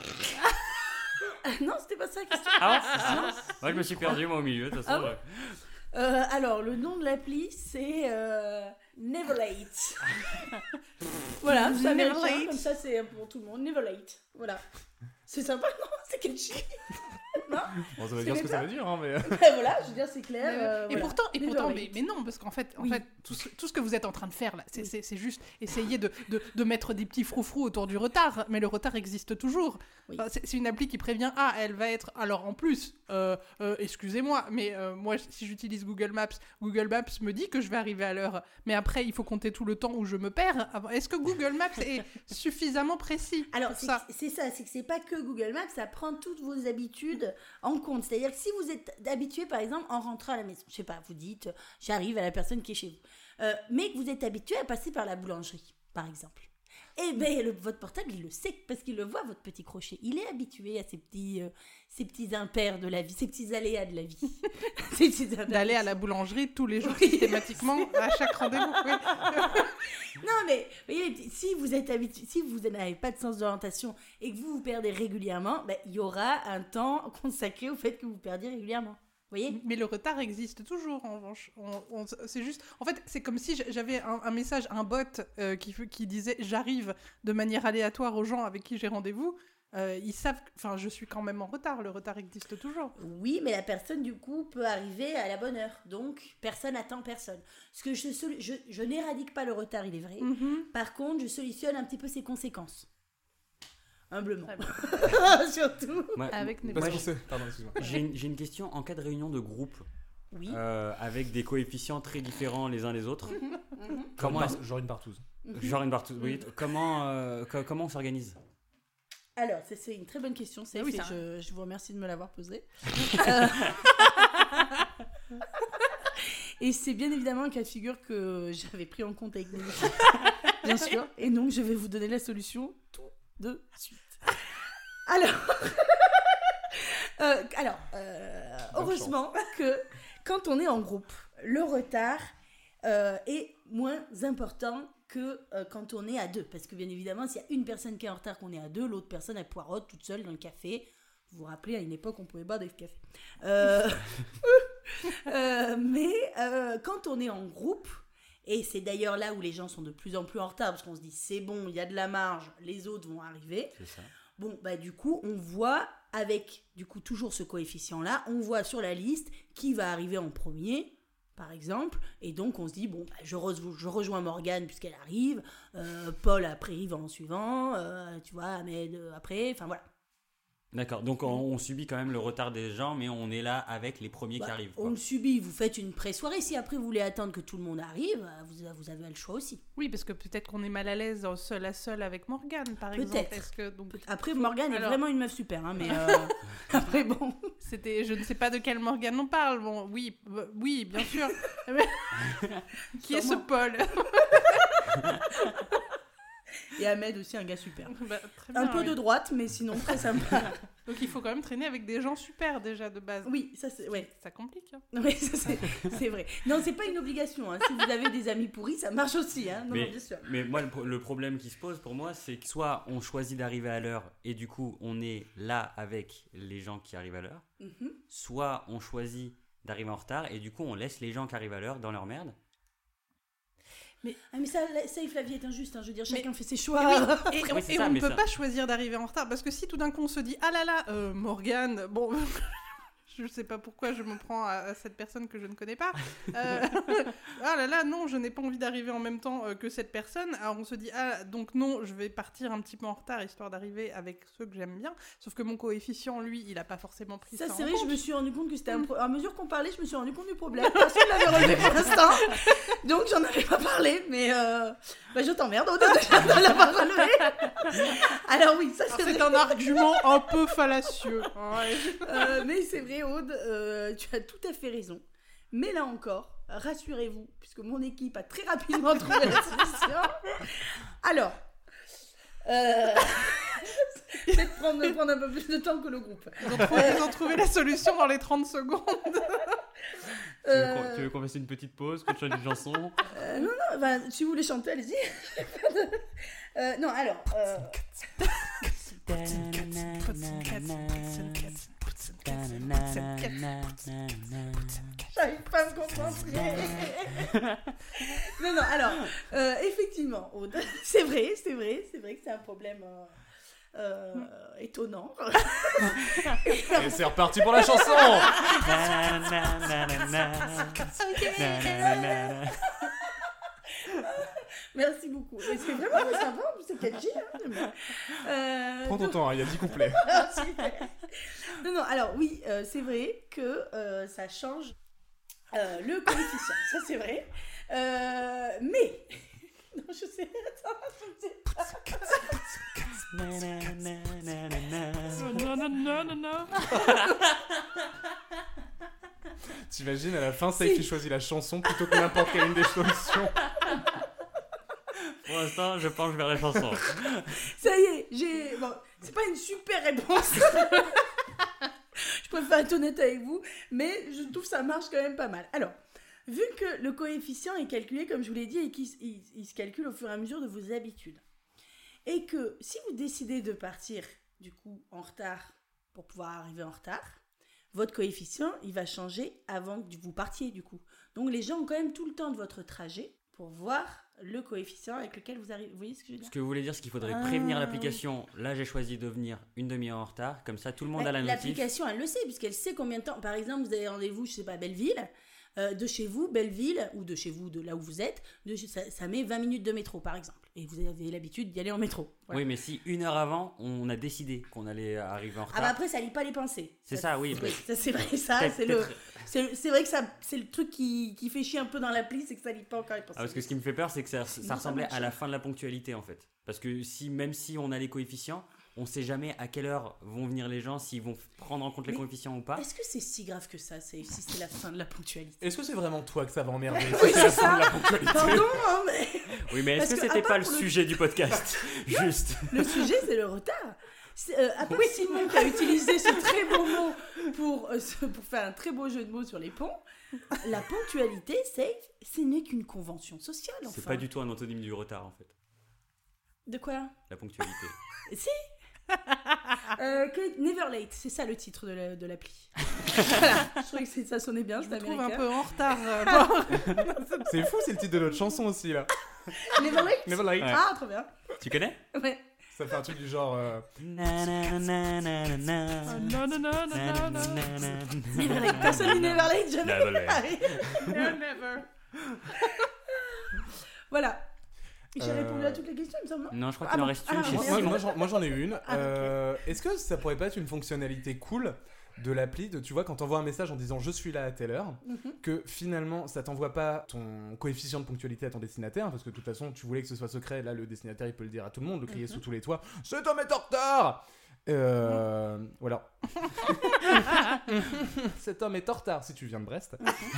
S5: Ah, non, c'était pas ça la question.
S4: Ah ouais, je me suis perdu moi au milieu de toute façon.
S5: Ah ouais. Alors, le nom de l'appli, c'est Never Late. Voilà, c'est
S6: Never
S5: américain,
S6: Late.
S5: comme ça, c'est pour tout le monde. Never Late. Voilà. C'est sympa, non? C'est catchy. Non?
S3: Bon, ça veut
S5: C'est
S3: dire ce que ça
S5: pas-
S3: veut dire, hein, mais.
S5: Ben voilà, je veux dire, c'est clair.
S6: Et
S5: voilà.
S6: pourtant,
S5: Never
S6: mais,
S5: Late.
S6: mais non, parce qu'en fait,
S5: Oui.
S6: tout ce que vous êtes en train de faire là, c'est juste essayer de mettre des petits froufrous autour du retard, mais le retard existe toujours.
S5: Oui.
S6: Enfin, c'est une appli qui prévient, elle va être. Alors en plus, excusez-moi, mais moi, si j'utilise Google Maps me dit que je vais arriver à l'heure, mais après, il faut compter tout le temps où je me perds. Est-ce que Google Maps est suffisamment précis
S5: Alors,
S6: pour
S5: c'est
S6: ça?
S5: c'est ça, c'est que c'est pas que Google Maps, ça prend toutes vos habitudes en compte. C'est-à-dire que si vous êtes habitué, par exemple, en rentrant à la maison, je sais pas, vous dites, j'arrive à la personne qui est chez vous, mais que vous êtes habitué à passer par la boulangerie, par exemple. Eh bien, votre portable, il le sait, parce qu'il le voit, votre petit crochet. Il est habitué à ces petits impairs de la vie, ces petits aléas de la vie. Ces petits impairs.
S6: D'aller à la boulangerie tous les jours
S5: Oui.
S6: systématiquement à chaque rendez-vous. Oui.
S5: Non, mais vous voyez, si vous êtes habitué, si vous n'avez pas de sens d'orientation et que vous vous perdez régulièrement, ben, il y aura un temps consacré au fait que vous perdiez régulièrement. Vous voyez?
S6: Mais le retard existe toujours, en revanche. C'est juste... En fait, c'est comme si j'avais un message, un bot qui disait « J'arrive » de manière aléatoire aux gens avec qui j'ai rendez-vous. Ils savent... Enfin, je suis quand même en retard. Le retard existe toujours.
S5: Oui, mais la personne, du coup, peut arriver à la bonne heure. Donc, personne n'attend personne. Parce que je n'éradique pas le retard, il est vrai. Par contre, je solutionne un petit peu ses conséquences. Humblement.
S6: Très bien.
S5: Surtout.
S4: Moi,
S6: Avec
S4: moi,
S3: Parce
S6: Moi,
S3: qu'on sait. Pardon, excuse-moi.
S4: j'ai une question en cas de réunion de groupe
S5: Oui.
S4: avec des coefficients très différents les uns des autres. Comment
S3: Genre une partouze.
S4: genre une partout, oui. Comment on s'organise?
S5: Alors, c'est une très bonne question. C'est
S6: Ah oui,
S5: fait,
S6: ça-
S5: je vous remercie de me l'avoir posée. Et c'est bien évidemment un cas de figure que j'avais pris en compte avec mes équipes, bien sûr. Et donc, je vais vous donner la solution tout de suite. Alors, heureusement que quand on est en groupe, le retard est moins important que quand on est à deux. Parce que bien évidemment, s'il y a une personne qui est en retard, qu'on est à deux, l'autre personne elle poireaute toute seule dans le café. Vous vous rappelez, à une époque, on pouvait boire des cafés. Mais quand on est en groupe, et c'est d'ailleurs là où les gens sont de plus en plus en retard, parce qu'on se dit c'est bon, il y a de la marge, les autres vont arriver.
S4: C'est ça.
S5: Bon, bah du coup, on voit avec du coup toujours ce coefficient-là, on voit sur la liste qui va arriver en premier, par exemple, et donc on se dit, bon, bah, je rejoins Morgane puisqu'elle arrive, Paul après arrive en suivant, tu vois, Ahmed après, enfin voilà.
S4: D'accord, donc on subit quand même le retard des gens, mais on est là avec les premiers
S5: Bah,
S4: qui arrivent.
S5: on
S4: Quoi.
S5: le subit, vous faites une pré-soirée, si après vous voulez attendre que tout le monde arrive, vous avez le choix aussi.
S6: Oui, parce que peut-être qu'on est mal à l'aise seul à seul avec Morgane, par
S5: Peut-être.
S6: exemple. Est-ce que, donc,
S5: Après, Morgane est
S6: Alors-
S5: vraiment une meuf super, hein, mais après bon...
S6: je ne sais pas de quelle Morgane on parle. Bon, oui, bien sûr. Qui est ce
S5: Sûrement.
S6: Paul?
S5: Et Ahmed aussi, un gars super.
S6: Bah, très
S5: Un
S6: bien,
S5: peu
S6: oui.
S5: de droite, mais sinon très sympa.
S6: Donc il faut quand même traîner avec des gens super déjà de base.
S5: Oui, ça c'est... Ouais.
S6: Ça complique. Hein.
S5: Oui, ça, c'est vrai. Non, c'est pas une obligation. Hein. Si vous avez des amis pourris, ça marche aussi. Hein. Non,
S4: Mais,
S5: non, bien sûr.
S4: mais moi, le problème qui se pose pour moi, c'est que soit on choisit d'arriver à l'heure et du coup on est là avec les gens qui arrivent à l'heure,
S5: Mhm.
S4: soit on choisit d'arriver en retard et du coup on laisse les gens qui arrivent à l'heure dans leur merde.
S5: Ah, mais ça, la vie est injuste. Hein. Je veux dire, chacun fait ses
S6: Et,
S5: choix.
S6: oui, et
S4: Oui, c'est
S6: et
S4: ça,
S6: on ne
S4: mais
S6: peut
S4: ça-
S6: pas choisir d'arriver en retard parce que si tout d'un coup on se dit ah là là, Morgane, bon, Je sais pas pourquoi je me prends à cette personne que je ne connais pas. Ah là là, non, je n'ai pas envie d'arriver en même temps que cette personne. Alors on se dit, ah donc non, je vais partir un petit peu en retard histoire d'arriver avec ceux que j'aime bien. Sauf que mon coefficient, lui, il a pas forcément pris ça
S5: Ça,
S6: en
S5: c'est vrai,
S6: compte.
S5: je me suis rendu compte que c'était à mesure qu'on parlait, je me suis rendu compte du problème. Personne ne l'avait relevé pour l'instant. Donc, j'en avais pas parlé, mais je t'emmerde au de l'avoir relevé. Alors, oui, ça,
S6: C'est un argument un peu fallacieux. Ouais.
S5: Mais c'est vrai, Aude, tu as tout à fait raison. Mais là encore, rassurez-vous, puisque mon équipe a très rapidement trouvé la solution. Alors, peut-être prendre un peu plus de temps que le groupe.
S6: Ils ont trouvé la solution dans les 30 secondes.
S4: Tu veux qu'on fasse une petite pause, qu'on chante une chanson?
S5: Non, si vous voulez chanter, allez-y. Non, alors... J'arrive pas à me concentrer. Non, alors, effectivement, Aude, c'est vrai que c'est un problème étonnant.
S3: Et c'est reparti pour la chanson.
S5: Merci beaucoup. Mais c'est vraiment sympa, en plus c'est catchy.
S3: Prends ton temps, il y a 10 couplets.
S5: Super. Non, alors oui, c'est vrai que ça change le coefficient, ça c'est vrai. Mais, non, je sais, attends, je sais pas.
S3: T'imagines, à la fin, Saïf, il choisit la chanson plutôt que n'importe quelle une des solutions.
S4: Pour l'instant, je penche vers la chanson.
S5: Ça y est, bon, c'est pas une super réponse. Je préfère être honnête avec vous, mais je trouve que ça marche quand même pas mal. Alors, vu que le coefficient est calculé, comme je vous l'ai dit, et qu'il se calcule au fur et à mesure de vos habitudes, et que si vous décidez de partir, du coup, en retard, pour pouvoir arriver en retard, votre coefficient, il va changer avant que vous partiez, du coup. Donc, les gens ont quand même tout le temps de votre trajet pour voir le coefficient avec lequel vous arrivez. Vous voyez ce que je veux dire ?
S4: Ce que vous voulez dire, c'est qu'il faudrait prévenir l'application. Là, j'ai choisi de venir une demi-heure en retard. Comme ça, tout le monde a la notif.
S5: L'application, elle le sait, puisqu'elle sait combien de temps. Par exemple, vous avez rendez-vous, je sais pas, à Belleville. De chez vous, Belleville, ou de chez vous, de là où vous êtes, ça met 20 minutes de métro, par exemple. Et vous avez l'habitude d'y aller en métro. Voilà.
S4: Oui, mais si une heure avant, on a décidé qu'on allait arriver en retard.
S5: Ah bah après, ça lit pas les pensées.
S4: C'est ça, oui.
S5: Ça, c'est vrai, ça, c'est vrai que ça, c'est le truc qui fait chier un peu dans l'appli, c'est que ça lit pas encore les pensées.
S4: Parce que ce qui me fait peur, c'est que ça ressemblait à la fin de la ponctualité, en fait. Parce que même si on a les coefficients, on sait jamais à quelle heure vont venir les gens, s'ils vont prendre en compte les coefficients ou pas.
S5: Est-ce que c'est si grave que ça, si c'est la fin de la ponctualité ?
S3: Est-ce que c'est vraiment toi que ça va emmerder
S5: Oui,
S3: c'est la fin de la ponctualité.
S5: Pardon, hein, mais...
S4: Oui, mais est-ce que c'était pas le sujet du podcast ? Juste.
S5: Le sujet, c'est le retard. À part Simon qui a utilisé ce très beau mot pour faire un très beau jeu de mots sur les ponts, la ponctualité, ce n'est qu'une convention sociale, enfin.
S4: C'est pas du tout un antonyme du retard, en fait.
S5: De quoi ?
S4: La ponctualité.
S5: Si. Never Late, c'est ça le titre de l'appli. Voilà, je trouvais que ça sonnait bien,
S6: Je
S5: c'est
S6: me trouve
S5: américain.
S6: un peu en retard.
S3: C'est fou, c'est le titre de notre chanson aussi, là.
S5: Never Late.
S3: Never Late.
S4: Ouais.
S5: Ah, trop bien.
S4: Tu connais ?
S5: Ouais.
S3: Ça fait un truc du genre...
S6: Non.
S5: Never Late. Personne dit Never Late, jamais.
S4: Never Late.
S5: Allez.
S6: Never.
S5: Voilà. J'ai répondu à toutes les questions, il me semble.
S4: Non, je crois qu'il en reste une chez
S3: Moi,
S4: Simon.
S3: moi, j'en ai une.
S5: Ah, ok.
S3: Est-ce que ça pourrait pas être une fonctionnalité cool de l'appli tu vois, quand t'envoies un message en disant je suis là à telle heure, que finalement ça t'envoie pas ton coefficient de ponctualité à ton destinataire, parce que de toute façon tu voulais que ce soit secret, là le destinataire il peut le dire à tout le monde, le crier sous tous les toits, cet homme est en retard. Voilà. Cet homme est en retard si tu viens de Brest.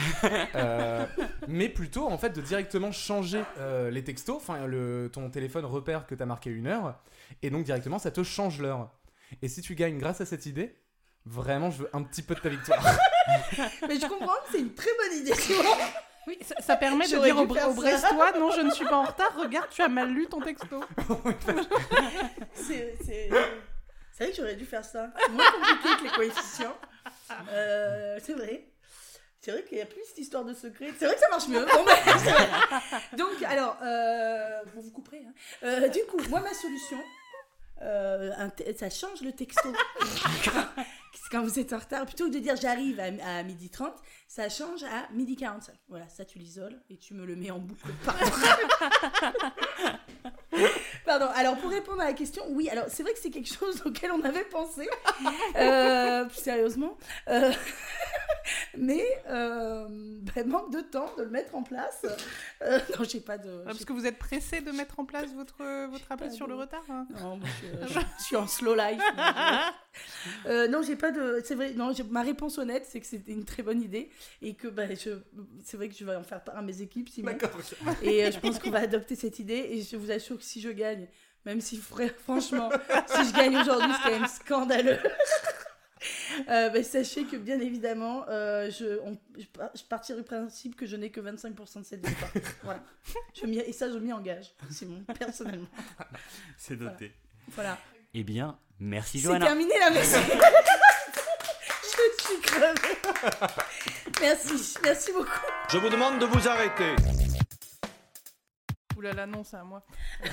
S3: Mais plutôt en fait de directement changer les textos, enfin ton téléphone repère que t'as marqué 1 heure et donc directement ça te change l'heure. Et si tu gagnes grâce à cette idée, vraiment je veux un petit peu de ta victoire.
S5: Mais je comprends que c'est une très bonne idée, Simon.
S6: Oui, ça permet de
S5: J'aurais
S6: dire
S5: dû faire
S6: aux
S5: ça.
S6: Brestois, non, je ne suis pas en retard, regarde, tu as mal lu ton texto.
S5: C'est vrai que j'aurais dû faire ça. Moins compliqué que les coefficients. C'est vrai. C'est vrai qu'il n'y a plus cette histoire de secret. C'est vrai que ça marche mieux. Bon, ben, c'est vrai. Donc, alors, vous vous couperez. Hein. Du coup, moi, ma solution, ça change le texto. c'est quand vous êtes en retard. Plutôt que de dire j'arrive à 12h30, ça change à 12h45. Voilà, ça tu l'isoles et tu me le mets en boucle. Pardon, alors pour répondre à la question, oui, alors c'est vrai que c'est quelque chose auquel on avait pensé, plus sérieusement, mais manque de temps de le mettre en place. Non, j'ai pas de...
S6: Parce que vous êtes pressé de mettre en place votre appel sur le retard, hein.
S5: Non, moi, je suis en slow life. Non, j'ai pas de... C'est vrai, non, ma réponse honnête, c'est que c'était une très bonne idée et que c'est vrai que je vais en faire part à mes équipes, Simon.
S3: D'accord.
S5: Et je pense qu'on va adopter cette idée et je vous assure que si je gagne, même si franchement, si je gagne aujourd'hui, c'est quand même scandaleux. Sachez que bien évidemment, je partirai du principe que je n'ai que 25% de cette victoire. Voilà. Et ça, je m'y engage, Simon, personnellement.
S4: C'est noté.
S5: Voilà.
S4: Eh bien, merci
S5: C'est
S4: Johanna.
S5: terminé la merci. Je suis crevée. Merci beaucoup.
S8: Je vous demande de vous arrêter.
S6: Ouh là là, non, c'est à moi.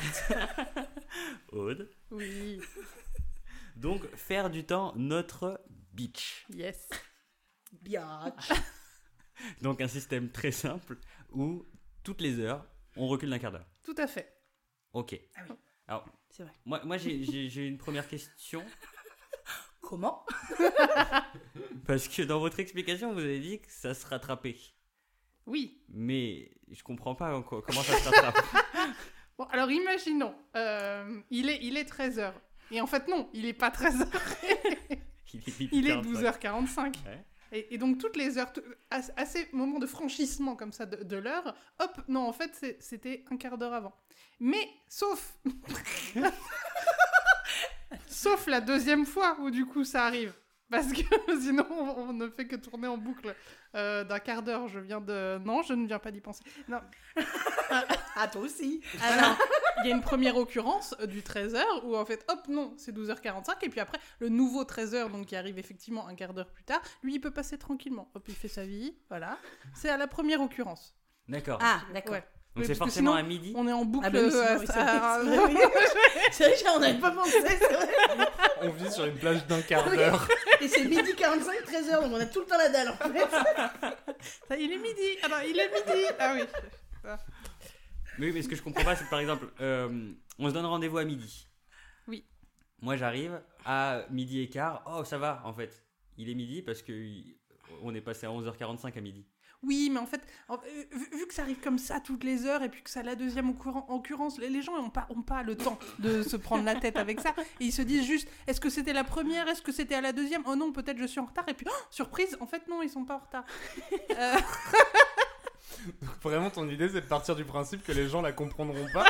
S4: Aude.
S6: Oui,
S4: Donc, faire du temps notre bitch.
S6: yes.
S5: Biatch.
S4: Donc, un système très simple où, toutes les heures, on recule d'un quart d'heure.
S6: Tout à fait.
S4: Ok.
S5: Ah oui.
S4: Alors,
S5: C'est vrai.
S4: moi j'ai une première question.
S5: Comment?
S4: Parce que dans votre explication, vous avez dit que ça se rattrapait.
S6: Oui.
S4: Mais je comprends pas comment ça se rattrape.
S6: Bon, alors imaginons, il est 13h. Et en fait, non, il est pas 13h. Il est 12h45.
S4: Ouais.
S6: Et donc, toutes les heures, à ces moments de franchissement comme ça de l'heure, hop, non, en fait, c'était un quart d'heure avant. Mais, sauf... sauf la deuxième fois où, du coup, ça arrive. Parce que sinon, on ne fait que tourner en boucle d'un quart d'heure. Non, je ne viens pas d'y penser. Non.
S5: Ah, toi aussi.
S6: Alors, il y a une première occurrence du 13h où en fait, hop, non, c'est 12h45. Et puis après, le nouveau 13h, donc qui arrive effectivement un quart d'heure plus tard, lui, il peut passer tranquillement. Hop, il fait sa vie, voilà. C'est à la première occurrence.
S4: D'accord.
S5: Ah, d'accord.
S6: Ouais.
S4: Donc
S6: Oui,
S4: c'est
S6: parce que
S4: forcément
S6: sinon,
S4: à midi.
S6: On est en boucle.
S5: Ah bah oui, sinon, oui, c'est vrai, j'en avais pas pensé, c'est vrai.
S3: On vit sur une plage d'un quart d'heure.
S5: Et c'est 12h45, 13h, donc on a tout le temps la dalle en fait.
S6: Ça, il est midi. Ah non, il est midi. Ah oui.
S4: Oui, mais ce que je comprends pas, c'est que par exemple, on se donne rendez-vous à midi.
S6: Oui.
S4: Moi, j'arrive à midi et quart. Oh, ça va, en fait. Il est midi parce que on est passé à 11h45 à midi.
S6: Oui, mais en fait, vu que ça arrive comme ça toutes les heures et puis que ça la deuxième occurrence, les gens n'ont pas le temps de se prendre la tête avec ça. Et ils se disent juste, est-ce que c'était la première? Est-ce que c'était à la deuxième? Oh non, peut-être je suis en retard. Et puis, oh, surprise, en fait non, ils sont pas en retard.
S3: Vraiment, ton idée, c'est de partir du principe que les gens la comprendront pas.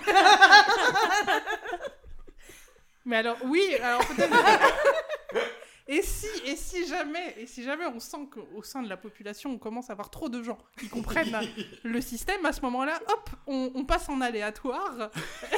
S6: Mais alors, oui, alors peut-être... Et si jamais on sent qu'au sein de la population, on commence à avoir trop de gens qui comprennent le système, à ce moment-là, hop, on passe en aléatoire.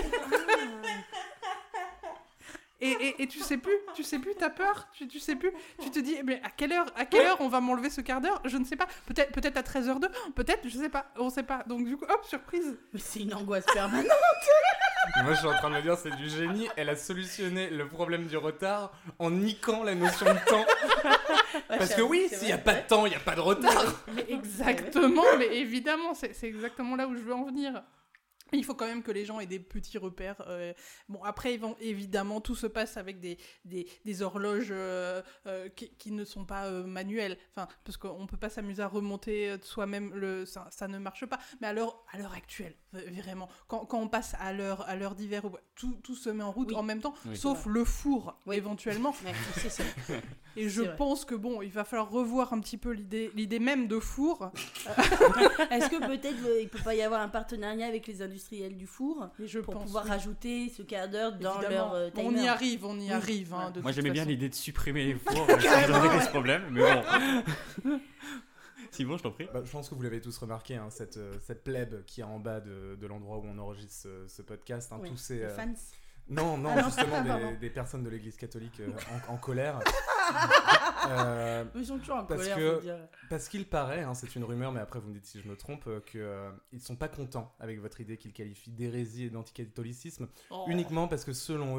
S6: Et tu sais plus, t'as peur, tu sais plus, tu te dis, mais à quelle heure on va m'enlever ce quart d'heure? Je ne sais pas, peut-être à 13h02, peut-être, je sais pas, on sait pas. Donc du coup, hop, surprise.
S5: Mais c'est une angoisse permanente.
S3: Moi, je suis en train de me dire, c'est du génie. Elle a solutionné le problème du retard en niquant la notion de temps. Parce que oui, s'il n'y a pas de temps, il n'y a pas de retard.
S6: Mais exactement, mais évidemment, c'est exactement là où je veux en venir. Il faut quand même que les gens aient des petits repères. Bon, après, évidemment, tout se passe avec des horloges qui ne sont pas manuelles. Enfin, parce qu'on ne peut pas s'amuser à remonter de soi-même. Ça ne marche pas. Mais à l'heure actuelle, vraiment, quand on passe à l'heure d'hiver, tout se met en route en même temps, sauf le four, éventuellement.
S5: Ouais, c'est ça.
S6: Et je pense que, bon, il va falloir revoir un petit peu l'idée même de four.
S5: Est-ce que peut-être il peut pas y avoir un partenariat avec les industriels du four pour pouvoir rajouter ce quart d'heure dans leur timer?
S6: On y arrive. Hein,
S4: moi, j'aimais bien l'idée de supprimer les fours. Ça me réglait ce problème, mais bon. Simon, je t'en prie.
S3: Je pense que vous l'avez tous remarqué, hein, cette plèbe qui est en bas de l'endroit où on enregistre ce podcast. Hein, tous ces
S5: fans.
S3: Non, justement, des personnes de l'église catholique en colère.
S5: Ils sont toujours en colère, faut dire.
S3: Parce qu'il paraît, hein, c'est une rumeur, mais après vous me dites si je me trompe, qu'ils sont pas contents avec votre idée qu'ils qualifient d'hérésie et d'anticatholicisme, uniquement parce que selon eux,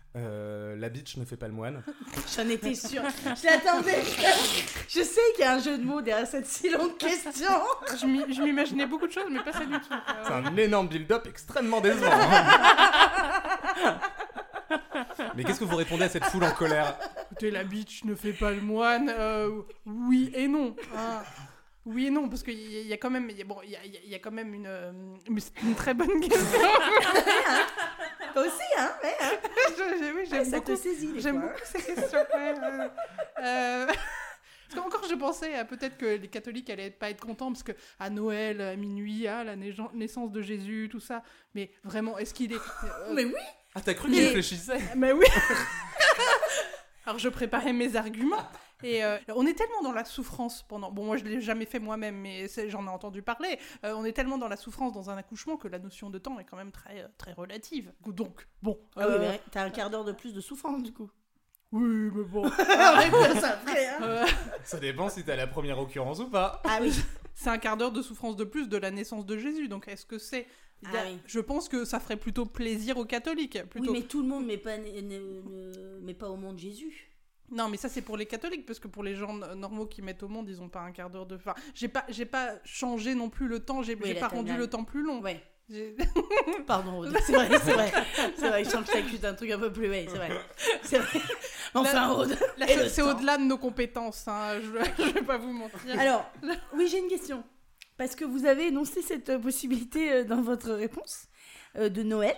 S3: La bitch ne fait pas le moine.
S5: J'en étais sûre. Je l'attendais. Je sais qu'il y a un jeu de mots derrière cette si longue question.
S6: Je m'imaginais beaucoup de choses, mais pas ça du tout.
S3: C'est un énorme build-up extrêmement décevant. Hein. Mais qu'est-ce que vous répondez à cette foule en colère?
S6: Écoutez, la bitch ne fait pas le moine. Oui et non. Hein. Oui et non, parce qu'il y a quand même, il y a quand même une très bonne question.
S5: Toi aussi, hein, ouais, hein.
S6: Oui, j'aime
S5: Ça
S6: beaucoup.
S5: te saisit, des
S6: J'aime
S5: fois,
S6: beaucoup ces questions. Ouais, parce qu'encore, je pensais à peut-être que les catholiques allaient pas être contents parce que à Noël, à minuit, la naissance de Jésus, tout ça. Mais vraiment, est-ce qu'il est
S5: Mais oui.
S3: Ah, t'as cru que j'y réfléchissais?
S6: Mais oui. Alors, je préparais mes arguments. Et on est tellement dans la souffrance pendant... Bon, moi, je l'ai jamais fait moi-même, mais j'en ai entendu parler. On est tellement dans la souffrance dans un accouchement que la notion de temps est quand même très, très relative. Donc, bon...
S5: Ah oui, mais t'as un quart d'heure de plus de souffrance, du coup.
S6: Oui, mais bon...
S5: ça après, hein.
S3: Ça dépend si t'as la première occurrence ou pas.
S5: Ah oui.
S6: C'est un quart d'heure de souffrance de plus de la naissance de Jésus, donc est-ce que c'est...
S5: Oui.
S6: Je pense que ça ferait plutôt plaisir aux catholiques. Plutôt...
S5: Oui, mais tout le monde met pas au monde Jésus.
S6: Non, mais ça c'est pour les catholiques, parce que pour les gens normaux qui mettent au monde, ils ont pas un quart d'heure de... Enfin, j'ai pas changé non plus le temps, j'ai pas rendu le temps plus long.
S5: Ouais. Pardon, Aude. C'est vrai, je sens que t'accuses d'un truc un peu plus... Ouais, c'est vrai. Enfin, Aude.
S6: Là, c'est au-delà de nos compétences, hein, je vais pas vous mentir.
S5: Alors, oui, j'ai une question. Parce que vous avez énoncé cette possibilité dans votre réponse de Noël.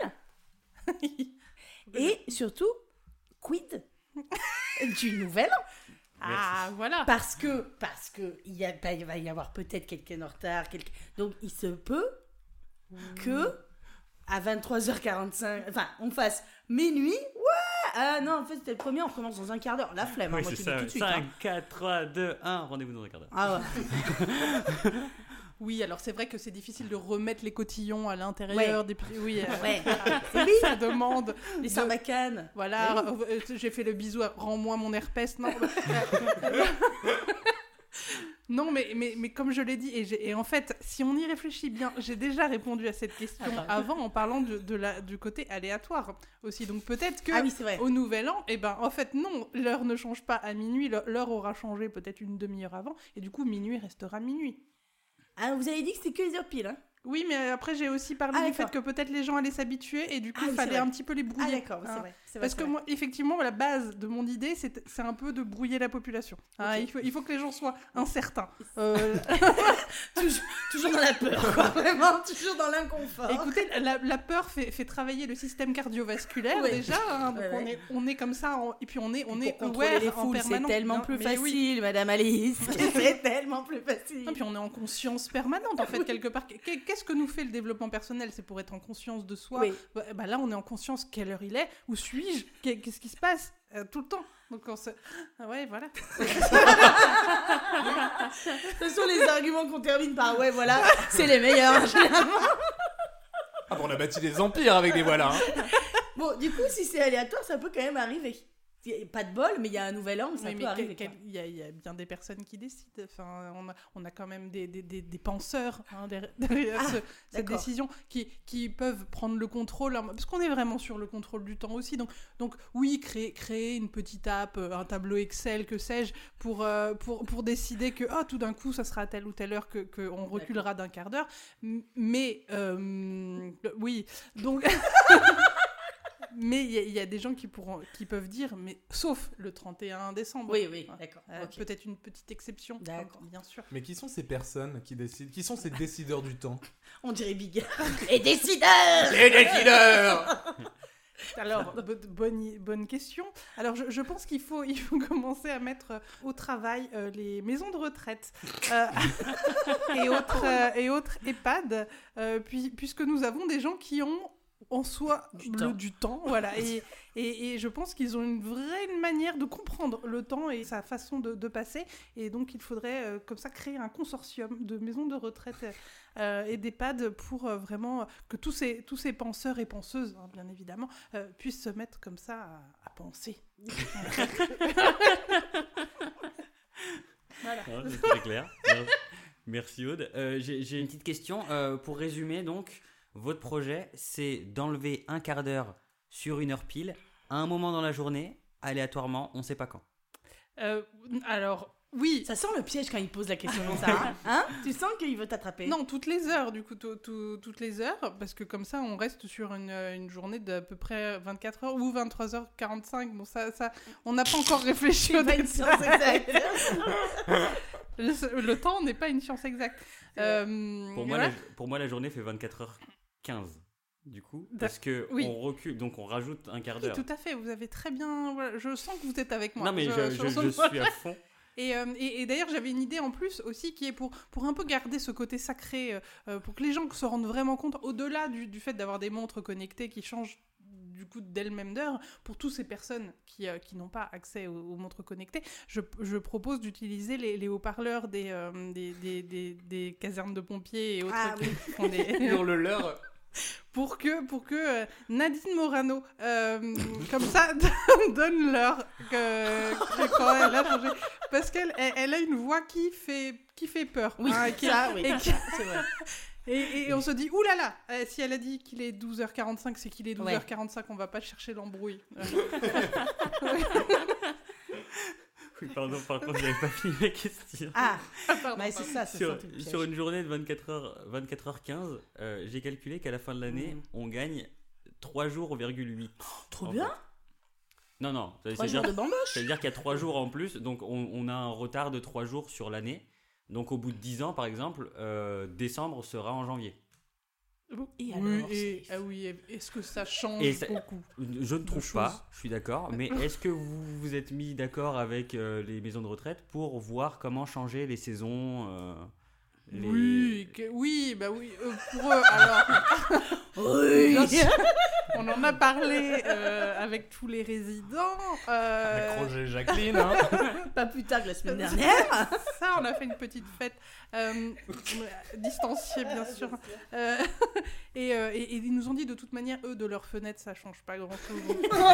S5: Et surtout, quid du Nouvel An.
S6: Ah, voilà.
S5: Parce que il va y avoir peut-être quelqu'un en retard. Donc, il se peut que à 23h45, enfin, on fasse minuit. Ouais. Ah non, en fait, c'était le premier, on recommence dans un quart d'heure. La flemme,
S4: Oui,
S5: moi,
S4: c'est
S5: je te dis
S4: ça.
S5: tout de suite.
S4: 5, 4, 3, 2, 1, rendez-vous dans un quart d'heure.
S5: Ah ouais.
S6: Oui, alors c'est vrai que c'est difficile de remettre les cotillons à l'intérieur des... Oui,
S5: Ouais.
S6: ça demande...
S5: Les sarbacanes.
S6: Voilà, j'ai fait le bisou, rends-moi mon herpès. Non, non mais comme je l'ai dit, et en fait, si on y réfléchit bien, j'ai déjà répondu à cette question avant en parlant du côté aléatoire aussi. Donc peut-être que au Nouvel An, en fait non, l'heure ne change pas à minuit, l'heure aura changé peut-être une demi-heure avant, et du coup minuit restera minuit.
S5: Ah, vous avez dit que c'était que les heures piles, hein?
S6: Oui, mais après j'ai aussi parlé du fait que peut-être les gens allaient s'habituer et du coup il fallait un petit peu les brouiller.
S5: Ah d'accord, c'est vrai.
S6: Parce que moi, effectivement, la base de mon idée, c'est un peu de brouiller la population. Hein, il faut que les gens soient incertains.
S5: Toujours dans la peur, quoi. Vraiment, toujours dans l'inconfort.
S6: Écoutez, la peur fait travailler le système cardiovasculaire déjà. Hein, donc on est comme ça, et puis on est
S5: contrôler les foules, c'est tellement plus facile, Madame Alice. C'est tellement plus facile.
S6: Et puis on est en conscience permanente, en fait, quelque part. Qu'est-ce que nous fait le développement personnel? C'est pour être en conscience de soi.
S5: Oui.
S6: Là, on est en conscience quelle heure il est, où suis-je, qu'est-ce qui se passe tout le temps. Donc ouais, voilà.
S5: Ce sont les arguments qu'on termine par ouais, voilà, c'est les meilleurs, généralement.
S3: Ah bon, on a bâti des empires avec des voilà. Hein.
S5: Bon, du coup, si c'est aléatoire, ça peut quand même arriver. Pas de bol, mais il y a un nouvel an, ça peut arriver.
S6: Il y a bien des personnes qui décident. Enfin, on a quand même des penseurs derrière cette décision qui peuvent prendre le contrôle. Parce qu'on est vraiment sur le contrôle du temps aussi. Donc oui, créer une petite app, un tableau Excel, que sais-je, pour décider que tout d'un coup, ça sera à telle ou telle heure qu'on reculera d'un quart d'heure. Mais oui, donc... Mais il y a des gens qui peuvent dire, mais sauf le 31 décembre.
S5: Oui, d'accord.
S6: Peut-être une petite exception, bien sûr.
S3: Mais qui sont ces personnes qui décident? Qui sont ces décideurs du temps?
S5: On dirait Bigard. Les décideurs.
S3: Les décideurs.
S6: Alors, bonne question. Alors, je pense qu'il faut commencer à mettre au travail les maisons de retraite et autres EHPAD, puisque nous avons des gens qui ont en soi du temps, voilà, et je pense qu'ils ont une vraie manière de comprendre le temps et sa façon de passer, et donc il faudrait comme ça créer un consortium de maisons de retraite et d'EHPAD pour vraiment que tous ces penseurs et penseuses, hein, bien évidemment, puissent se mettre comme ça à penser. Voilà.
S4: C'est très clair. Merci Aude. J'ai une petite question pour résumer donc. Votre projet, c'est d'enlever un quart d'heure sur une heure pile à un moment dans la journée, aléatoirement, on sait pas quand.
S6: Alors, oui.
S5: Ça sent le piège quand il pose la question comme ça. Hein tu sens qu'il veut t'attraper.
S6: Non, toutes les heures, du coup, toutes les heures, parce que comme ça, on reste sur une journée d'à peu près 24 heures ou 23h45. Bon, ça on n'a pas encore réfléchi au
S5: C'est pas une
S6: détail.
S5: science exacte.
S6: Le temps n'est pas une science exacte.
S4: Pour moi, la journée fait 24h15, du coup, parce que
S6: oui.
S4: on recule, donc on rajoute un quart
S6: Oui,
S4: d'heure.
S6: tout à fait, vous avez très bien... Voilà, je sens que vous êtes avec moi.
S4: Non, mais je suis à fond.
S6: Et d'ailleurs, j'avais une idée en plus aussi qui est pour un peu garder ce côté sacré, pour que les gens se rendent vraiment compte, au-delà du fait d'avoir des montres connectées qui changent du coup d'elles-mêmes d'heure, pour toutes ces personnes qui n'ont pas accès aux montres connectées, je propose d'utiliser les haut-parleurs des casernes de pompiers et autres qui font des...
S3: Hurle-leur.
S6: pour que Nadine Morano, comme ça, donne l'heure quand elle a changé. Parce qu'elle a une voix qui fait peur.
S5: Oui,
S6: hein,
S5: ça, oui.
S6: c'est vrai. Et on se dit, oulala, si elle a dit qu'il est 12h45, c'est qu'il est 12h45, on va pas chercher l'embrouille.
S4: Oui, pardon, par contre, j'avais pas fini ma question.
S6: Pardon.
S5: Mais c'est ça,
S4: Sur une journée de 24h15, j'ai calculé qu'à la fin de l'année, on gagne 3 jours, 8.
S5: Trop bien.
S4: Non,
S5: 3 jours de bamboche.
S4: c'est-à-dire qu'il y a 3 jours en plus, donc on a un retard de 3 jours sur l'année. Donc au bout de 10 ans, par exemple, décembre sera en janvier.
S5: Et alors,
S6: est-ce que ça change beaucoup?
S4: Je ne trouve pas, je suis d'accord, mais est-ce que vous vous êtes mis d'accord avec les maisons de retraite pour voir comment changer les saisons
S6: Oui, pour eux, alors...
S5: Oui.
S6: On en a parlé avec tous les résidents.
S3: Avec Roger et Jacqueline. Hein.
S5: Pas plus tard que la semaine dernière.
S6: Ça, on a fait une petite fête distanciée, bien sûr. Et ils nous ont dit de toute manière, eux, de leur fenêtre, ça change pas grand-chose.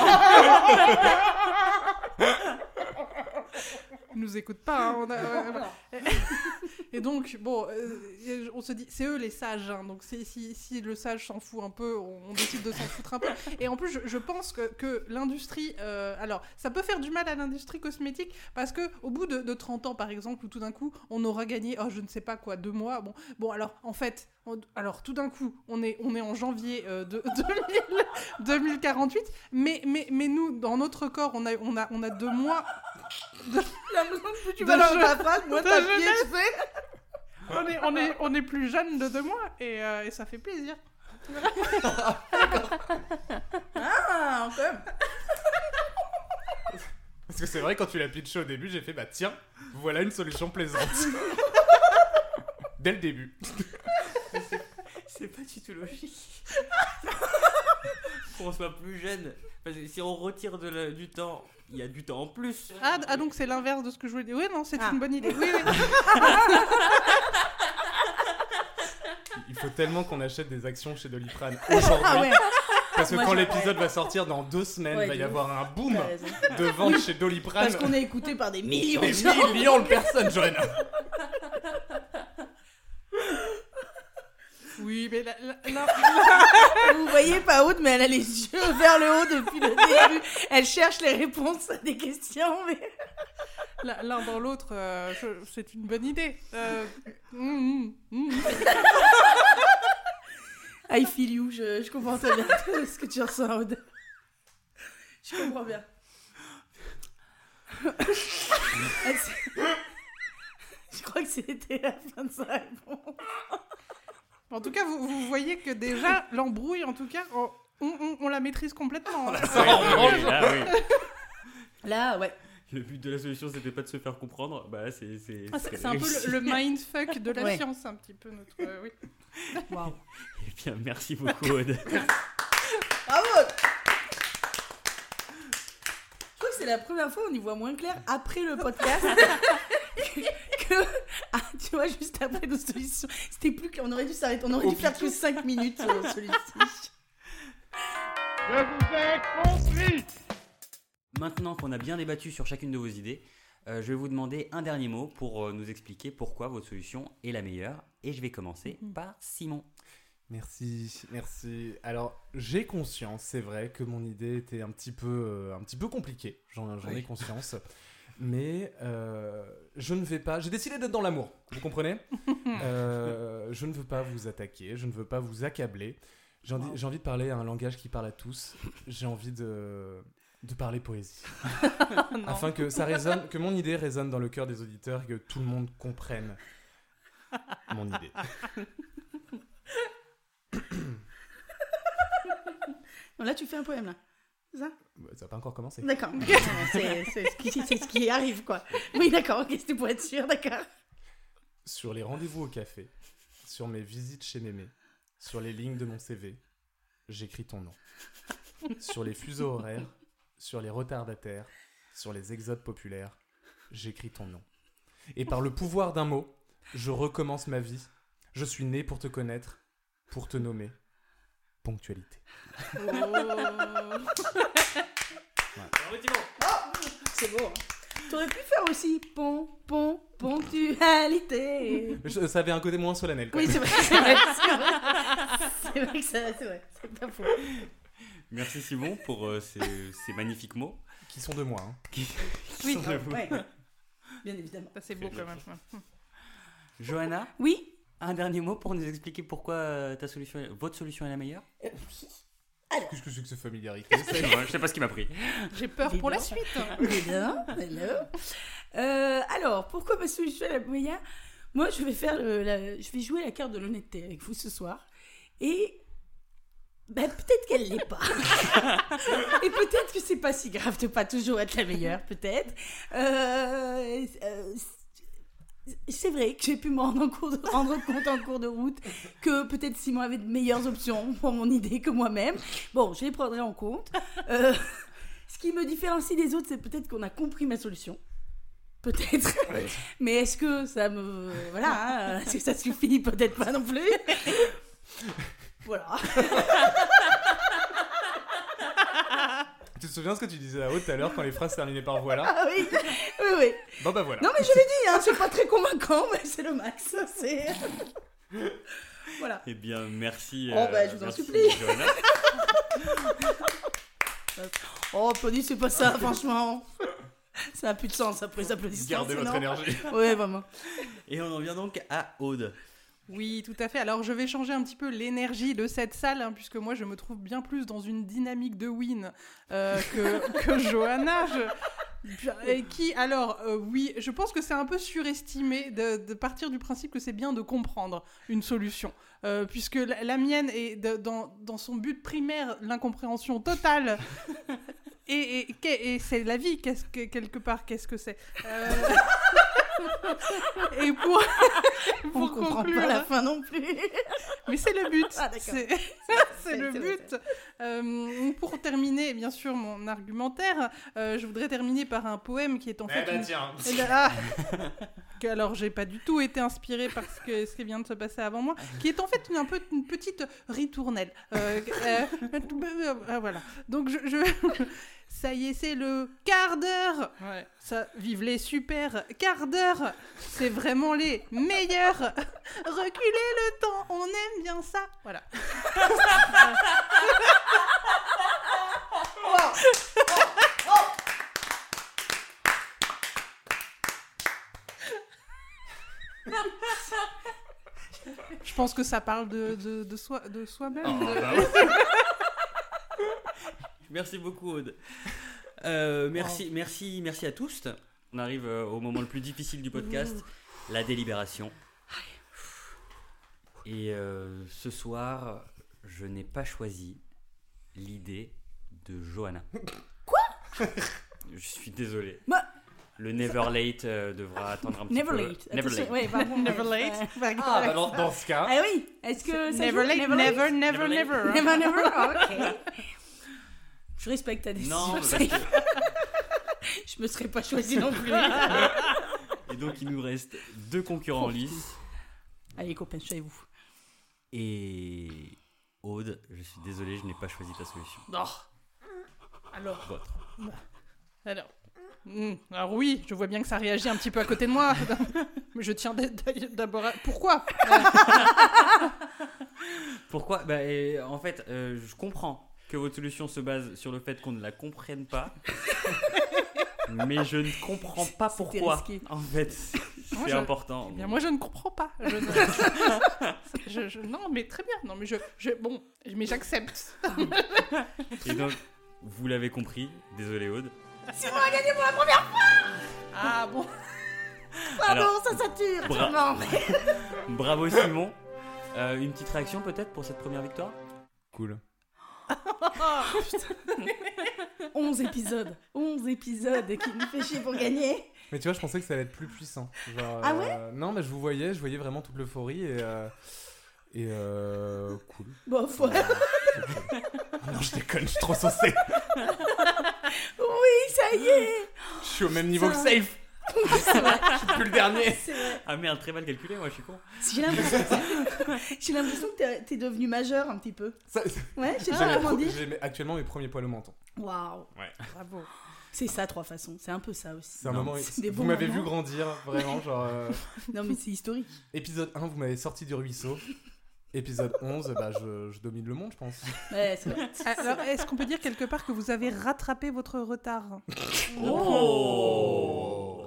S6: Ils nous écoutent pas. Hein, et donc, bon, on se dit, c'est eux les sages. Hein, donc, si le sage s'en fout un peu, on décide de s'en foutre un peu. Et en plus, je pense que l'industrie... alors, ça peut faire du mal à l'industrie cosmétique parce qu'au bout de 30 ans, par exemple, où tout d'un coup, on aura gagné, je ne sais pas quoi, 2 mois. Bon alors, en fait... Alors, tout d'un coup, on est en janvier 2048, mais nous, dans notre corps, on a 2 mois...
S5: Plus tu vas dans ta phrase, moi t'as pied, tu sais.
S6: On est plus jeune de 2 mois, et ça fait plaisir.
S5: Ah, quand même.
S3: Parce que c'est vrai, quand tu l'as pitché au début, j'ai fait tiens, voilà une solution plaisante. Dès le début.
S4: C'est pas du tout logique. Pour qu'on soit plus jeune. Parce que si on retire du temps, il y a du temps en plus.
S6: Ah, donc c'est l'inverse de ce que je voulais dire. Oui, non, c'est une bonne idée. Oui.
S3: Il faut tellement qu'on achète des actions chez Doliprane aujourd'hui.
S5: Ah ouais.
S3: Parce que
S5: Moi,
S3: quand l'épisode va sortir dans 2 semaines, il va y avoir un boom de vente chez Doliprane.
S5: Parce qu'on est écouté par des millions
S3: Des
S5: de gens.
S3: millions de personnes, Joanna.
S6: Oui, mais là...
S5: Vous voyez pas haute, mais elle a les yeux vers le haut depuis le début. Elle cherche les réponses à des questions, mais...
S6: L'un dans l'autre, c'est une bonne idée.
S5: I feel you, je comprends très bien ce que tu ressens, Aude. Je comprends bien. Je crois que c'était la fin de sa réponse.
S6: En tout cas, vous voyez que déjà, l'embrouille, en tout cas, on la maîtrise complètement. Hein.
S5: Là, ouais.
S4: Le but de la solution, c'était pas de se faire comprendre.
S6: C'est un peu le mindfuck de la science, un petit peu notre... oui.
S5: Waouh.
S4: Eh bien, merci beaucoup, Aude.
S5: Bravo. Je crois que c'est la première fois où on y voit moins clair après le podcast que tu vois, juste après nos solutions. C'était plus qu'on aurait dû s'arrêter, on aurait dû faire que 5 minutes sur celui-ci.
S8: Je vous ai compris.
S4: Maintenant qu'on a bien débattu sur chacune de vos idées, je vais vous demander un dernier mot pour nous expliquer pourquoi votre solution est la meilleure. Et je vais commencer par Simon.
S3: Merci. Alors, j'ai conscience, c'est vrai, que mon idée était un petit peu compliquée. J'en ai conscience. Mais je ne vais pas... J'ai décidé d'être dans l'amour, vous comprenez ? Je ne veux pas vous attaquer, je ne veux pas vous accabler. J'ai envie de parler un langage qui parle à tous. J'ai envie de parler poésie. Afin que ça résonne, que mon idée résonne dans le cœur des auditeurs et que tout le monde comprenne mon idée.
S5: Non, là, tu fais un poème, là. C'est ça ?
S3: Ça n'a pas encore commencé.
S5: D'accord. c'est ce qui arrive, quoi. Oui, d'accord. Ok, c'était pour être sûr, d'accord.
S3: Sur les rendez-vous au café, sur mes visites chez Mémé, sur les lignes de mon CV, j'écris ton nom. Sur les fuseaux horaires, sur les retardataires, sur les exodes populaires, j'écris ton nom. Et par le pouvoir d'un mot, je recommence ma vie. Je suis né pour te connaître, pour te nommer. Ponctualité.
S5: C'est beau. Hein. T'aurais pu faire aussi ponctualité.
S3: Ça avait un côté moins solennel.
S5: Oui, c'est vrai. C'est vrai que c'est vrai. C'est pas faux.
S4: Merci Simon pour ces magnifiques mots.
S3: Qui sont de moi. Hein.
S4: Qui
S5: Oui,
S4: sont de vous.
S5: ouais. Bien évidemment.
S6: Ça, c'est beau quand même.
S4: Johanna,
S5: Oui.
S4: un dernier mot pour nous expliquer pourquoi votre solution est la meilleure.
S3: Qu'est-ce que c'est que cette familiarité?
S4: Je sais pas ce qui m'a pris.
S6: J'ai peur pour la suite.
S5: Alors, pourquoi ma solution est la meilleure? Moi, je vais jouer la carte de l'honnêteté avec vous ce soir. Et peut-être qu'elle l'est pas. Et peut-être que c'est pas si grave de pas toujours être la meilleure, peut-être. C'est vrai que j'ai pu me rendre compte en cours de route que peut-être Simon avait de meilleures options pour mon idée que moi-même. Bon, je les prendrai en compte. Ce qui me différencie des autres, c'est peut-être qu'on a compris ma solution. Peut-être. Ouais. Mais est-ce que ça me... Voilà, est-ce que ça suffit? Peut-être pas non plus. Voilà.
S3: Tu te souviens ce que tu disais là-haut tout à l'heure quand les phrases terminaient par voilà?
S5: Ah oui, oui.
S3: Bon bah voilà.
S5: Non mais je l'ai dit, hein, c'est pas très convaincant, mais c'est le max. C'est... Voilà.
S4: Eh bien, merci.
S5: Je vous en supplie.
S4: Johanna.
S5: Applaudis, c'est pas ça, franchement. Ça n'a plus de sens après les applaudissements.
S3: Gardez votre énergie.
S5: Oui, vraiment.
S4: Et on en vient donc à Aude.
S6: Oui, tout à fait. Alors, je vais changer un petit peu l'énergie de cette salle, hein, puisque moi, je me trouve bien plus dans une dynamique de win que Johanna. Oui, je pense que c'est un peu surestimé de partir du principe que c'est bien de comprendre une solution. Puisque la mienne est dans son but primaire, l'incompréhension totale. Et c'est la vie, quelque part, qu'est-ce que c'est Et pour
S5: on comprend
S6: conclure,
S5: pas la fin non plus.
S6: Mais c'est le but.
S5: Ah, d'accord.
S6: C'est le but. Pour terminer, bien sûr, mon argumentaire, je voudrais terminer par un poème qui est en fait...
S3: tiens.
S6: Alors, j'ai pas du tout été inspirée par ce qui vient de se passer avant moi, qui est en fait une petite ritournelle. Voilà. Donc, ça y est, c'est le quart d'heure. Ouais. Ça, vive les super quarts d'heure. C'est vraiment les meilleurs. Reculez le temps, on aime bien ça. Voilà. Je pense que ça parle de soi-même.
S4: Oh, bah Merci beaucoup, Aude. Merci à tous. On arrive au moment le plus difficile du podcast, la délibération. Et ce soir, je n'ai pas choisi l'idée de Johanna.
S5: Quoi?
S4: Je suis désolé.
S5: Le
S4: Never Late devra attendre un petit peu.
S5: Never Late.
S4: Never Late.
S5: Oui, pardon.
S6: Never Late.
S3: Ah, bah dans ce cas...
S5: Ah oui, est-ce que ça
S6: Never
S5: joue?
S6: Late, never.
S5: Never. Ok. Je respecte ta décision.
S4: Non, parce que...
S5: Je me serais pas choisi non plus.
S4: Et donc, il nous reste 2 concurrents en lice.
S5: Allez, copains, chez-vous.
S4: Et Aude, je suis désolé, je n'ai pas choisi ta solution.
S6: Non. Alors.
S4: Votre.
S6: Alors oui, je vois bien que ça réagit un petit peu à côté de moi. Mais je tiens d'abord à... Pourquoi
S4: Pourquoi en fait, je comprends que votre solution se base sur le fait qu'on ne la comprenne pas. Mais je ne comprends pas
S5: C'était
S4: pourquoi.
S5: risqué.
S4: En fait, c'est important.
S6: Eh bien, moi, je ne comprends pas. Non, mais très bien. Non, mais mais j'accepte.
S4: Et donc, vous l'avez compris, désolé Aude.
S5: Simon a gagné pour la première fois.
S6: Ah bon.
S5: Pardon,
S4: Alors,
S5: ça sature.
S4: bra-
S5: sûrement.
S4: Bravo Simon. Une petite réaction peut-être pour cette première victoire?
S3: Cool.
S5: 11 épisodes qui nous fait chier pour gagner.
S3: Mais tu vois, je pensais que ça allait être plus puissant. Genre,
S5: Ah ouais
S3: non, mais je voyais vraiment toute l'euphorie et cool.
S5: Bon, faut...
S3: Ah non, je déconne, je suis trop saucé.
S5: Oui, ça y est.
S3: Je suis au même niveau que
S5: Ça-
S3: Safe.
S5: C'est vrai,
S3: Je suis plus le dernier.
S5: c'est vrai.
S4: Ah merde, très mal calculé, moi je suis con.
S5: J'ai l'impression que t'es devenu majeur un petit peu.
S3: Ça-
S5: Ouais, je sais
S3: j'ai
S5: pas
S3: mes
S5: comment
S3: pro-
S5: dire.
S3: j'ai actuellement mes premiers poils au menton.
S5: Waouh.
S6: Bravo.
S5: C'est ça, trois façons. C'est un peu ça aussi.
S3: C'est un
S4: Non,
S3: moment.
S5: c'est des
S3: Vous
S5: bons
S3: m'avez vu
S5: moments.
S3: grandir, vraiment. Genre,
S5: Non, mais c'est historique.
S3: épisode 1, vous m'avez sorti du ruisseau. Épisode 11, bah, je domine le monde, je pense.
S5: Ouais, c'est vrai.
S6: Alors, est-ce qu'on peut dire quelque part que vous avez rattrapé votre retard?
S3: Oh.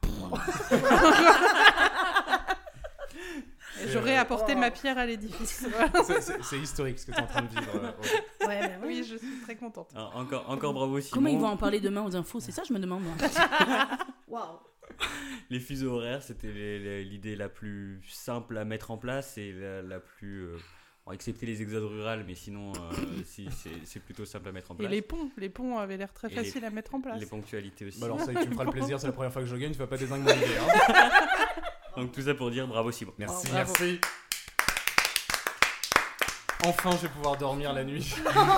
S6: J'aurais apporté
S5: Oh.
S6: ma pierre à l'édifice.
S3: C'est historique ce que tu es en train de vivre.
S5: Ouais, mais
S6: Oui, je suis très contente.
S4: Alors, encore bravo Simon.
S5: Comment ils vont en parler demain aux infos? C'est ça, je me demande, moi. Waouh.
S4: Les fuseaux horaires, c'était l'idée la plus simple à mettre en place et la plus... bon, excepté les exodes rurales, mais sinon, c'est plutôt simple à mettre en
S6: Et
S4: place.
S6: les ponts avaient l'air très
S4: Et les-
S6: faciles à mettre en place.
S4: Les ponctualités aussi.
S3: Bah alors, ça, tu me feras le plaisir, c'est la première fois que je gagne, tu vas pas désinguer mon idée. Hein.
S4: Donc tout ça pour dire bravo Simon.
S3: Merci,
S5: Oh, bravo.
S3: merci. Enfin, je vais pouvoir dormir la nuit.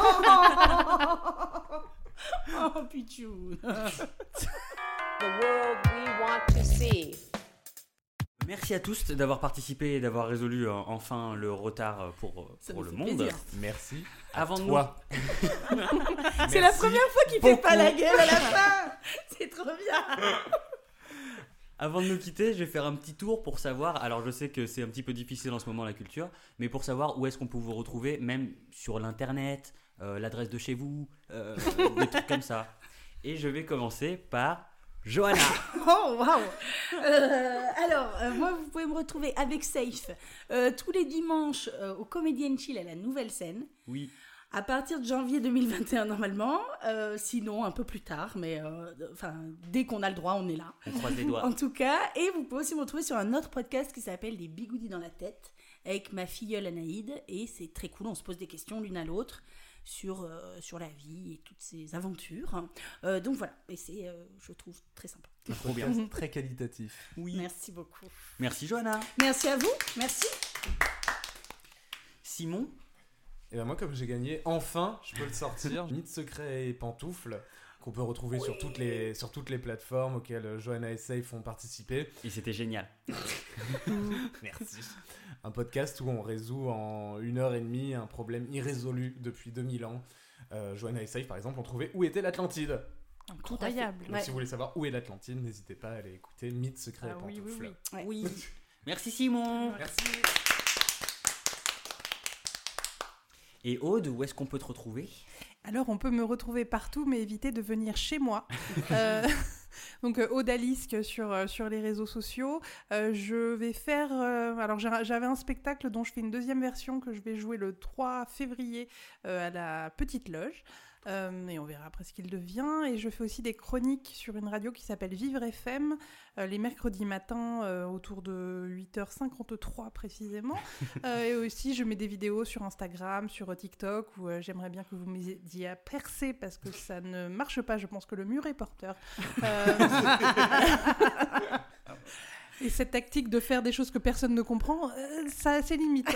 S5: Oh, pichou.
S2: The world we want to see.
S4: Merci à tous d'avoir participé et d'avoir résolu enfin le retard pour
S5: Ça
S4: le
S5: nous fait
S4: monde.
S5: plaisir.
S3: Merci.
S4: Avant de
S3: Toi.
S5: C'est la première fois qu'il fait pas la gueule à la fin. C'est trop bien.
S4: Avant de nous quitter, je vais faire un petit tour pour savoir, alors je sais que c'est un petit peu difficile en ce moment la culture, mais pour savoir où est-ce qu'on peut vous retrouver, même sur l'internet, l'adresse de chez vous, des trucs comme ça. Et je vais commencer par Johanna.
S5: Oh, waouh. Moi, vous pouvez me retrouver avec Safe tous les dimanches au Comedy & Chill à la Nouvelle Scène.
S4: Oui.
S5: À partir de janvier 2021 normalement, sinon un peu plus tard, mais dès qu'on a le droit, on est là.
S4: On croise les doigts.
S5: En tout cas, et vous pouvez aussi me retrouver sur un autre podcast qui s'appelle Les Bigoudis dans la tête, avec ma filleule Anaïde, et c'est très cool, on se pose des questions l'une à l'autre sur la vie et toutes ses aventures. Donc voilà, et c'est, je trouve, très sympa.
S4: Trop bien.
S3: Très qualitatif.
S4: Oui.
S5: Merci beaucoup.
S4: Merci Johanna.
S5: Merci à vous, merci.
S4: Simon.
S3: Et ben moi, comme j'ai gagné, enfin, je peux le sortir. Mythe secret et pantoufles, qu'on peut retrouver sur toutes les plateformes auxquelles Johanna et Safe ont participé.
S4: Et c'était génial.
S3: Merci. Un podcast où on résout en 1h30 un problème irrésolu depuis 2000 ans. Johanna et Safe, par exemple, ont trouvé où était l'Atlantide.
S6: Incroyable.
S3: Donc, si vous voulez savoir où est l'Atlantide, n'hésitez pas à aller écouter Mythe secret et pantoufles.
S6: Oui.
S4: Merci Simon.
S3: Merci.
S4: Et Aude, où est-ce qu'on peut te retrouver?
S6: Alors, on peut me retrouver partout, mais évitez de venir chez moi. Donc, Odalisque sur les réseaux sociaux. Je vais faire... alors, j'avais un spectacle dont je fais une deuxième version que je vais jouer le 3 février à la Petite Loge. Et on verra après ce qu'il devient. Et je fais aussi des chroniques sur une radio qui s'appelle Vivre FM, les mercredis matins autour de 8h53 précisément. Et aussi, je mets des vidéos sur Instagram, sur TikTok, où j'aimerais bien que vous m'aidiez à percer parce que ça ne marche pas. Je pense que le mur est porteur. Et cette tactique de faire des choses que personne ne comprend, ça a ses limites.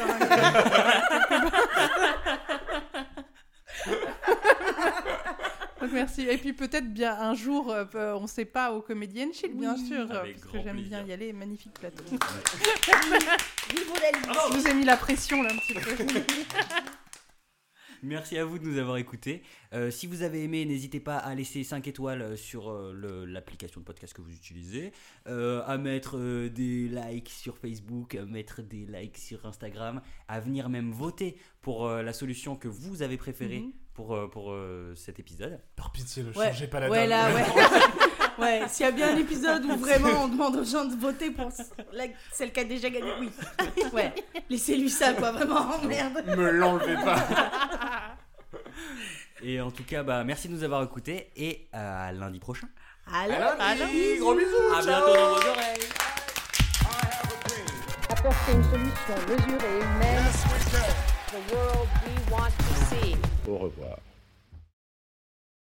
S6: Donc merci. Et puis peut-être bien un jour, on ne sait pas, au Comedy & Chill, bien sûr,
S4: avec
S6: parce
S4: grand
S6: que j'aime
S4: plaisir.
S6: bien y aller. Magnifique plateau.
S5: Vive Odalis.
S6: Je vous ai mis la pression là un petit peu.
S4: Merci à vous de nous avoir écoutés. Si vous avez aimé, n'hésitez pas à laisser 5 étoiles sur l'application de podcast que vous utilisez, à mettre des likes sur Facebook, à mettre des likes sur Instagram, à venir même voter pour la solution que vous avez préférée pour cet épisode.
S3: Par pitié, ne
S5: Ouais.
S3: changez pas la
S5: Ouais,
S3: donne.
S5: là, ouais. Ouais, s'il y a bien un épisode où vraiment on demande aux gens de voter pour celle qui a déjà gagné, oui. Ouais, laissez-lui ça, quoi, vraiment, merde.
S3: Me l'enlevez pas.
S4: Et en tout cas, merci de nous avoir écoutés et à lundi prochain.
S5: Alors,
S3: Gros bisous.
S4: À bientôt dans vos oreilles.
S1: Apporter une solution mesurée et humaine.
S2: The world we want to see.
S7: Au revoir.